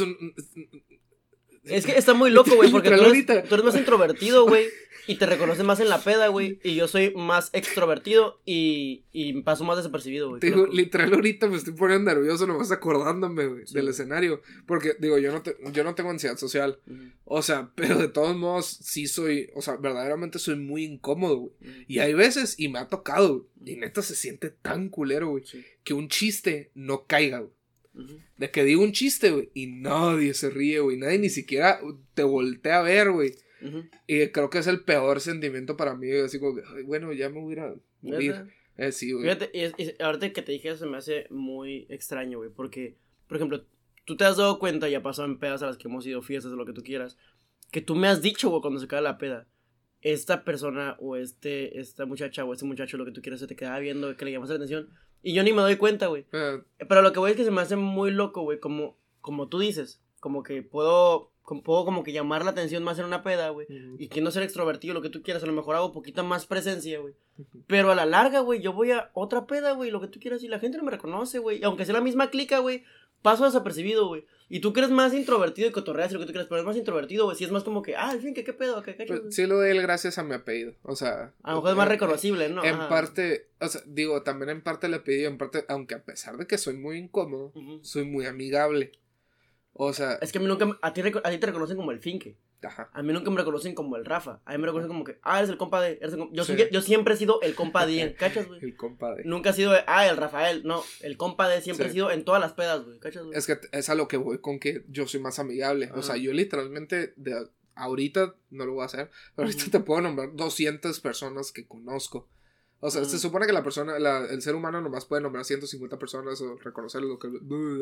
Es que está muy loco, güey, porque tú eres más introvertido, güey, y te reconoces más en la peda, güey, y yo soy más extrovertido y paso más desapercibido, güey. Te digo, literal ahorita me estoy poniendo nervioso nomás acordándome, güey, del escenario, porque, digo, yo no tengo ansiedad social, o sea, pero de todos modos sí soy, o sea, verdaderamente soy muy incómodo, güey, y hay veces, y me ha tocado, y neta se siente tan culero, güey, que un chiste no caiga, güey. De que digo un chiste, güey, y nadie se ríe, güey, nadie ni siquiera te voltea a ver, güey. Y creo que es el peor sentimiento para mí, así como que, bueno, ya me voy a morir. Sí, güey. Fíjate, y ahorita que te dije eso se me hace muy extraño, güey, porque, por ejemplo, tú te has dado cuenta, ya pasado en pedas a las que hemos ido, fiestas o lo que tú quieras, que tú me has dicho, güey, cuando se cae la peda, esta persona o esta muchacha o este muchacho, lo que tú quieras, se te queda viendo, que le llamas la atención. Y yo ni me doy cuenta, güey. Pero lo que voy es que se me hace muy loco, güey. Como tú dices. Como que puedo como que llamar la atención más en una peda, güey. Y que no ser extrovertido, lo que tú quieras. A lo mejor hago poquita más presencia, güey. Pero a la larga, güey, yo voy a otra peda, güey. Lo que tú quieras. Y la gente no me reconoce, güey. Y aunque sea la misma clica, güey, paso desapercibido, güey. Y tú que eres más introvertido y cotorreas y lo que tú quieras. Pero es más introvertido, güey. Si es más como que, en fin, ¿qué pedo? ¿Qué pues, sí lo doy el gracias a mi apellido. O sea... A lo mejor es más reconocible, ¿no? En parte... O sea, digo, también en parte le pedí, en parte... Aunque a pesar de que soy muy incómodo, soy muy amigable. O sea... Es que a ti te reconocen como el Finke. Ajá. A mí nunca me reconocen como el Rafa. A mí me reconocen como que, eres el compa de... Yo siempre he sido el compa de... ¿Cachas, güey? El compa de... Nunca he sido, el Rafael. No, el compa de siempre he sido en todas las pedas, güey. ¿Cachas, güey? Es que es a lo que voy con que yo soy más amigable. O sea, yo literalmente... Ahorita no lo voy a hacer. Pero ahorita te puedo nombrar 200 personas que conozco. O sea, se supone que el ser humano nomás puede nombrar 150 personas o reconocer lo que...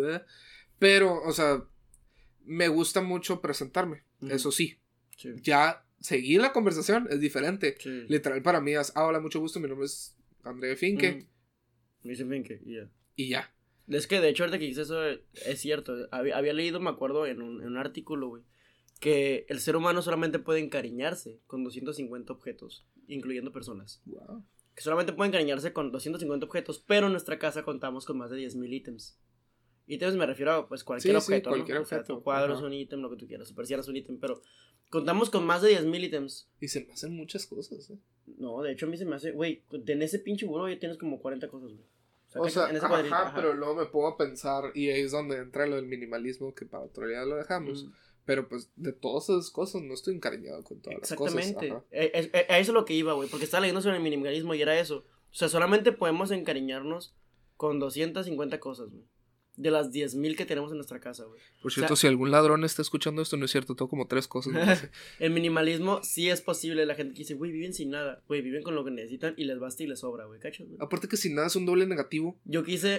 Pero, o sea... Me gusta mucho presentarme, eso sí. Ya seguir la conversación es diferente. Literal para mí es, hola, mucho gusto, mi nombre es André Finke. Me dice Finke, y ya. Y ya. Es que de hecho ahorita que dices eso es cierto. Había leído, me acuerdo, en un artículo, güey, que el ser humano solamente puede encariñarse con 250 objetos, incluyendo personas. Wow. Que solamente puede encariñarse con 250 objetos, pero en nuestra casa contamos con más de 10,000 ítems. Ítems me refiero a pues cualquier objeto, cualquier ¿no? objeto. O sea, tu cuadro es un ítem, lo que tú quieras, su persiana es un ítem, pero contamos con más de 10,000 ítems. Y se me hacen muchas cosas, No, de hecho a mí se me hace, güey, en ese pinche buró ya tienes como 40 cosas, güey. O sea, en ese cuadrito, pero luego me pongo a pensar, y ahí es donde entra lo del minimalismo, que para otro día lo dejamos. Pero pues de todas esas cosas no estoy encariñado con todas las cosas. Exactamente. A eso es lo que iba, güey, porque estaba leyendo sobre el minimalismo y era eso. O sea, solamente podemos encariñarnos con 250 cosas, güey. De las 10,000 que tenemos en nuestra casa, güey. Por cierto, si algún ladrón está escuchando esto, no es cierto, tengo como 3 cosas. No sé. El minimalismo sí es posible. La gente que dice, güey, viven sin nada. Güey, viven con lo que necesitan y les basta y les sobra, güey. ¿Cachas, güey? Aparte que sin nada es un doble negativo. Yo quise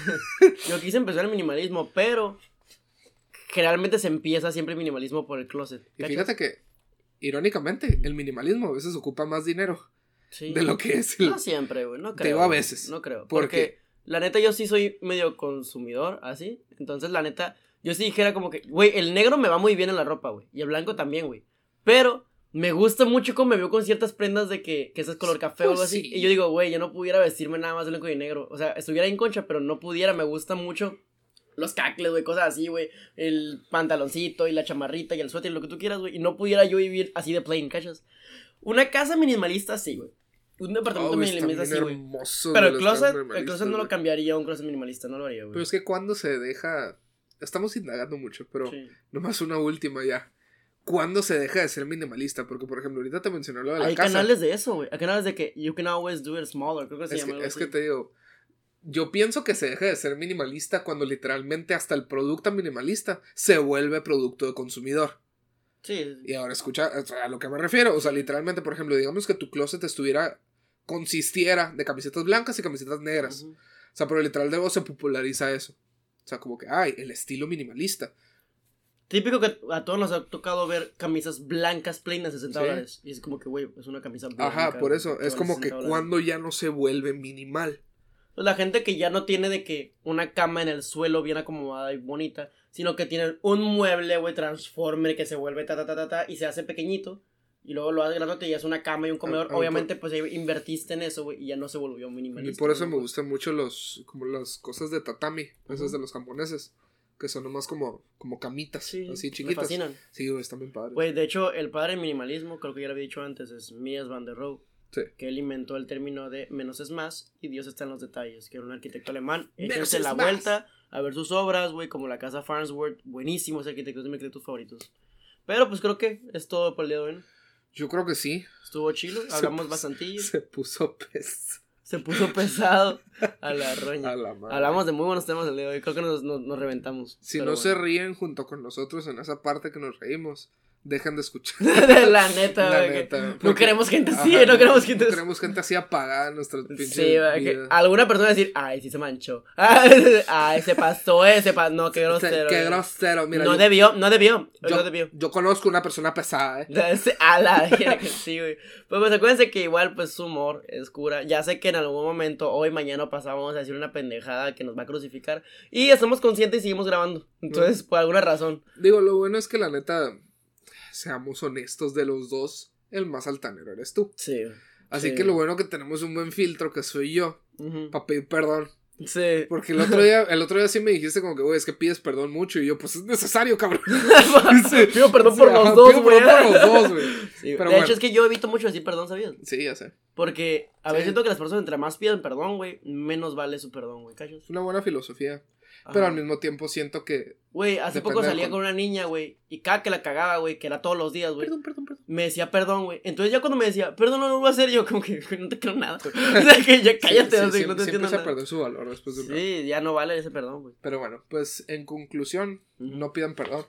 empezar el minimalismo, pero generalmente se empieza siempre el minimalismo por el closet. ¿Cachas? Y fíjate que, irónicamente, el minimalismo a veces ocupa más dinero de lo que es el... No siempre, güey, no creo. Te digo a veces. No creo. Porque la neta, yo sí soy medio consumidor, así. Entonces, la neta, yo sí dijera como que, güey, el negro me va muy bien en la ropa, güey. Y el blanco también, güey. Pero me gusta mucho cómo me veo con ciertas prendas de que ese es color café o algo así. Sí. Y yo digo, güey, yo no pudiera vestirme nada más de blanco y negro. O sea, estuviera en concha, pero no pudiera. Me gusta mucho los cacles, güey, cosas así, güey, el pantaloncito y la chamarrita y el suéter y lo que tú quieras, güey, y no pudiera yo vivir así de plain, ¿cachas? Una casa minimalista, sí, güey. Un departamento minimalista, sí, güey. Pero el closet no lo cambiaría a un closet minimalista, no lo haría, güey. Pero es que cuando se deja... Estamos indagando mucho, pero nomás una última ya. ¿Cuándo se deja de ser minimalista? Porque, por ejemplo, ahorita te mencioné lo de la casa. Hay canales de eso, güey. Hay canales de que you can always do it smaller, creo que se llama. Es que te digo, yo pienso que se deja de ser minimalista cuando literalmente hasta el producto minimalista se vuelve producto de consumidor. Sí. Y ahora escucha a lo que me refiero. O sea, literalmente, por ejemplo, digamos que tu closet consistiera de camisetas blancas y camisetas negras. O sea, pero literal luego se populariza eso. O sea, como que, el estilo minimalista. Típico que a todos nos ha tocado ver camisas blancas plain de $60. Y es como que, güey, es una camisa blanca. Ajá, por eso. Es como que cuando ya no se vuelve minimal. Pues la gente que ya no tiene de que una cama en el suelo bien acomodada y bonita, sino que tienen un mueble, güey, transformer que se vuelve y se hace pequeñito. Y luego lo hace grandote y es una cama y un comedor. Obviamente, pues invertiste en eso, güey, y ya no se volvió minimalista. Y por eso me gustan mucho como las cosas de tatami, esas de los japoneses. Que son nomás como camitas, así chiquitas. Me fascinan. Sí, güey, están bien padres. Güey, de hecho, el padre del minimalismo, creo que ya lo había dicho antes, es Mies van der Rohe. Sí. Que él inventó el término de menos es más y Dios está en los detalles. Que era un arquitecto alemán. Échense la vuelta a ver sus obras, güey, como la casa Farnsworth. Buenísimo ese arquitecto, es de mis arquitectos favoritos. Pero pues creo que es todo por el día de hoy, ¿no? Yo creo que sí. Estuvo chilo, hablamos bastantillo. Se puso pesado a la roña. A la madre. Hablamos de muy buenos temas el día de hoy. Creo que nos reventamos. Si no se ríen junto con nosotros en esa parte que nos reímos, dejan de escuchar. La neta, güey. No queremos gente así, no queremos gente así. No queremos gente así apagada en nuestra pinche vida. Que alguna persona va a decir, ay, sí se manchó. Ay, se pasó, no, qué grosero. Qué grosero, mira. No debió. Yo conozco una persona pesada, A la sí, güey. Pues acuérdense que igual, pues, su humor es cura. Ya sé que en algún momento, hoy, mañana o pasado, vamos a decir una pendejada que nos va a crucificar. Y estamos conscientes y seguimos grabando. Entonces, por alguna razón. Digo, lo bueno es que la neta... Seamos honestos, de los dos, el más altanero eres tú. Sí. Así que lo bueno que tenemos un buen filtro, que soy yo, para pedir perdón. Sí. Porque el otro día sí me dijiste como que, güey, es que pides perdón mucho. Y yo, pues es necesario, cabrón. Pido perdón por los dos, güey. Sí, de hecho, es que yo evito mucho decir perdón, ¿sabías? Sí, ya sé. Porque a veces siento que las personas entre más piden perdón, güey, menos vale su perdón, güey, ¿cachas? Es una buena filosofía. Pero al mismo tiempo siento que... Güey, hace poco salía con una niña, güey, y cada que la cagaba, güey, que era todos los días, güey. Perdón. Me decía perdón, güey. Entonces ya cuando me decía, perdón, no lo voy a hacer, yo como que no te creo nada, güey. O sea, que ya cállate, no te entiendo nada. Siempre se perdió su valor después de un rato. Sí, ya no vale ese perdón, güey. Pero bueno, pues en conclusión, no pidan perdón.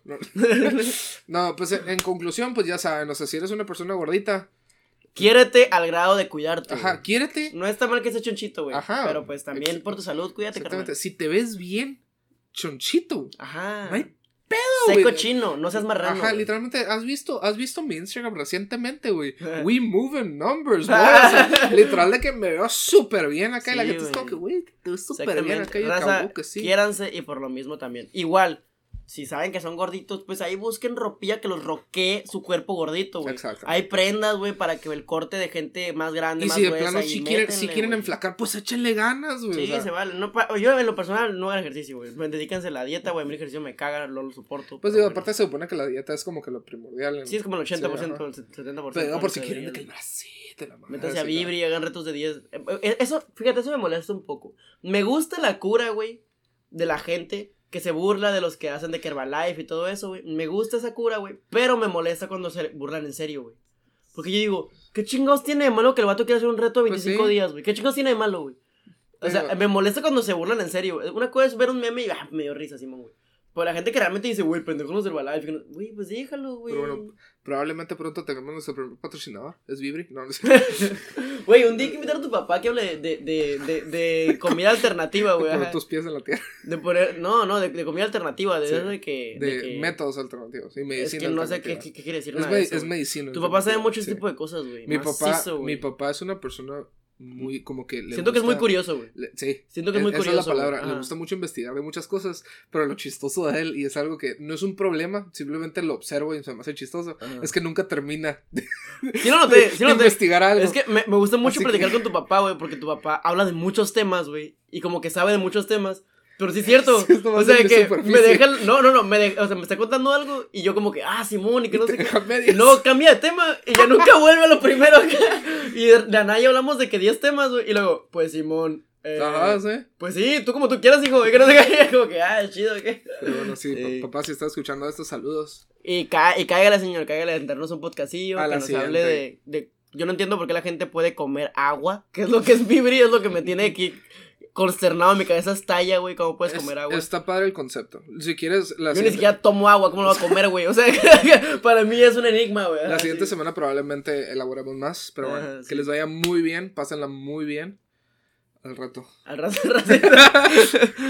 No, pues en conclusión, pues ya saben, o sea, si eres una persona gordita... Quiérete al grado de cuidarte. Ajá, güey. Quiérete. No está mal que sea chonchito, güey. Ajá. Pero pues también por tu salud, cuídate, carnal. Si te ves bien, chonchito. Ajá. No hay pedo, güey. Seco chino, no seas marrano. Ajá, güey. literalmente, ¿has visto mi Instagram recientemente, güey? We move in numbers, güey. O sea, literal de que me veo súper bien acá. Sí, y la gente es como que, güey, te ves súper bien acá. Y raza, que sí. Quiéranse y por lo mismo también. Igual, si saben que son gorditos, pues ahí busquen ropilla que los roquee su cuerpo gordito, güey. Exacto. Hay prendas, güey, para que el corte de gente más grande, y más si de gruesa. plano, si quieren enflacar, pues échenle ganas, güey. Sí, o sea, se vale. No, yo en lo personal no hago ejercicio, güey. Dedíquense a la dieta, güey. A mí el ejercicio me caga, no lo soporto. Pues digo, aparte se supone que la dieta es como que lo primordial. Sí, es como el 80%, el 70%. Pero por si quieren que el bracito, la madre. Métanse a Vibri, hagan retos de 10. Eso, fíjate, eso me molesta un poco. Me gusta la cura, güey, de la gente que se burla de los que hacen de Herbalife y todo eso, güey. Me gusta esa cura, güey. Pero me molesta cuando se burlan en serio, güey. Porque yo digo, ¿qué chingados tiene de malo que el vato quiera hacer un reto de 25 días, güey? ¿Qué chingados tiene de malo, güey? O sea, me molesta cuando se burlan en serio, güey. Una cosa es ver un meme y me dio risa, Simón, güey. Pero la gente que realmente dice, güey, pendejos los Herbalife. Güey, pues déjalo, güey. Pero bueno, probablemente pronto tengamos nuestro primer patrocinador. ¿Es Vibri? No sé. Güey, un día hay que invitar a tu papá que hable de comida alternativa, güey. De poner tus pies en la tierra. De poner, de comida alternativa. De métodos alternativos y medicina. Es que no sé qué quiere decir nada de eso, es medicina. Tu papá sabe mucho ese tipo de cosas, güey. Mi papá es una persona muy como que siento que es muy curioso, güey. Sí. Siento que es muy curioso. Esa es la palabra. Le gusta mucho investigar de muchas cosas, pero lo chistoso de él, y es algo que no es un problema, simplemente lo observo y se me hace chistoso, es que nunca termina de investigar algo. Es que me gusta mucho platicar con tu papá, güey, porque tu papá habla de muchos temas, güey, y como que sabe de muchos temas, Pero sí es cierto. Sí, esto va O a sea, ser de que superficie. me deja. No, o sea, me está contando algo y yo como que, Simón, y que no sé qué. A medias. No, cambia de tema y ya nunca vuelve a lo primero acá. Y de la nada ya hablamos de que 10 temas, güey. Y luego, pues Simón. Ajá, sí. Pues sí, tú como tú quieras, hijo. Y que no sé qué. Como que, chido, ¿qué? Pero bueno, sí, Sí. papá, si está escuchando estos saludos. Y cáigale, señor, cáigale a entrarnos un podcastillo A que la nos siguiente. hable de. Yo no entiendo por qué la gente puede comer agua. ¿Qué es lo que es vibri? Es lo que me tiene aquí consternado. Mi cabeza estalla, güey. ¿Cómo puedes comer agua? Está padre el concepto. Si quieres, Yo ni siquiera tomo agua. ¿Cómo lo voy a comer, güey? O sea, para mí es un enigma, güey. la siguiente semana probablemente elaboremos más. Pero bueno, Ajá, que sí. les vaya muy bien. Pásenla muy bien. Al rato. Al rato.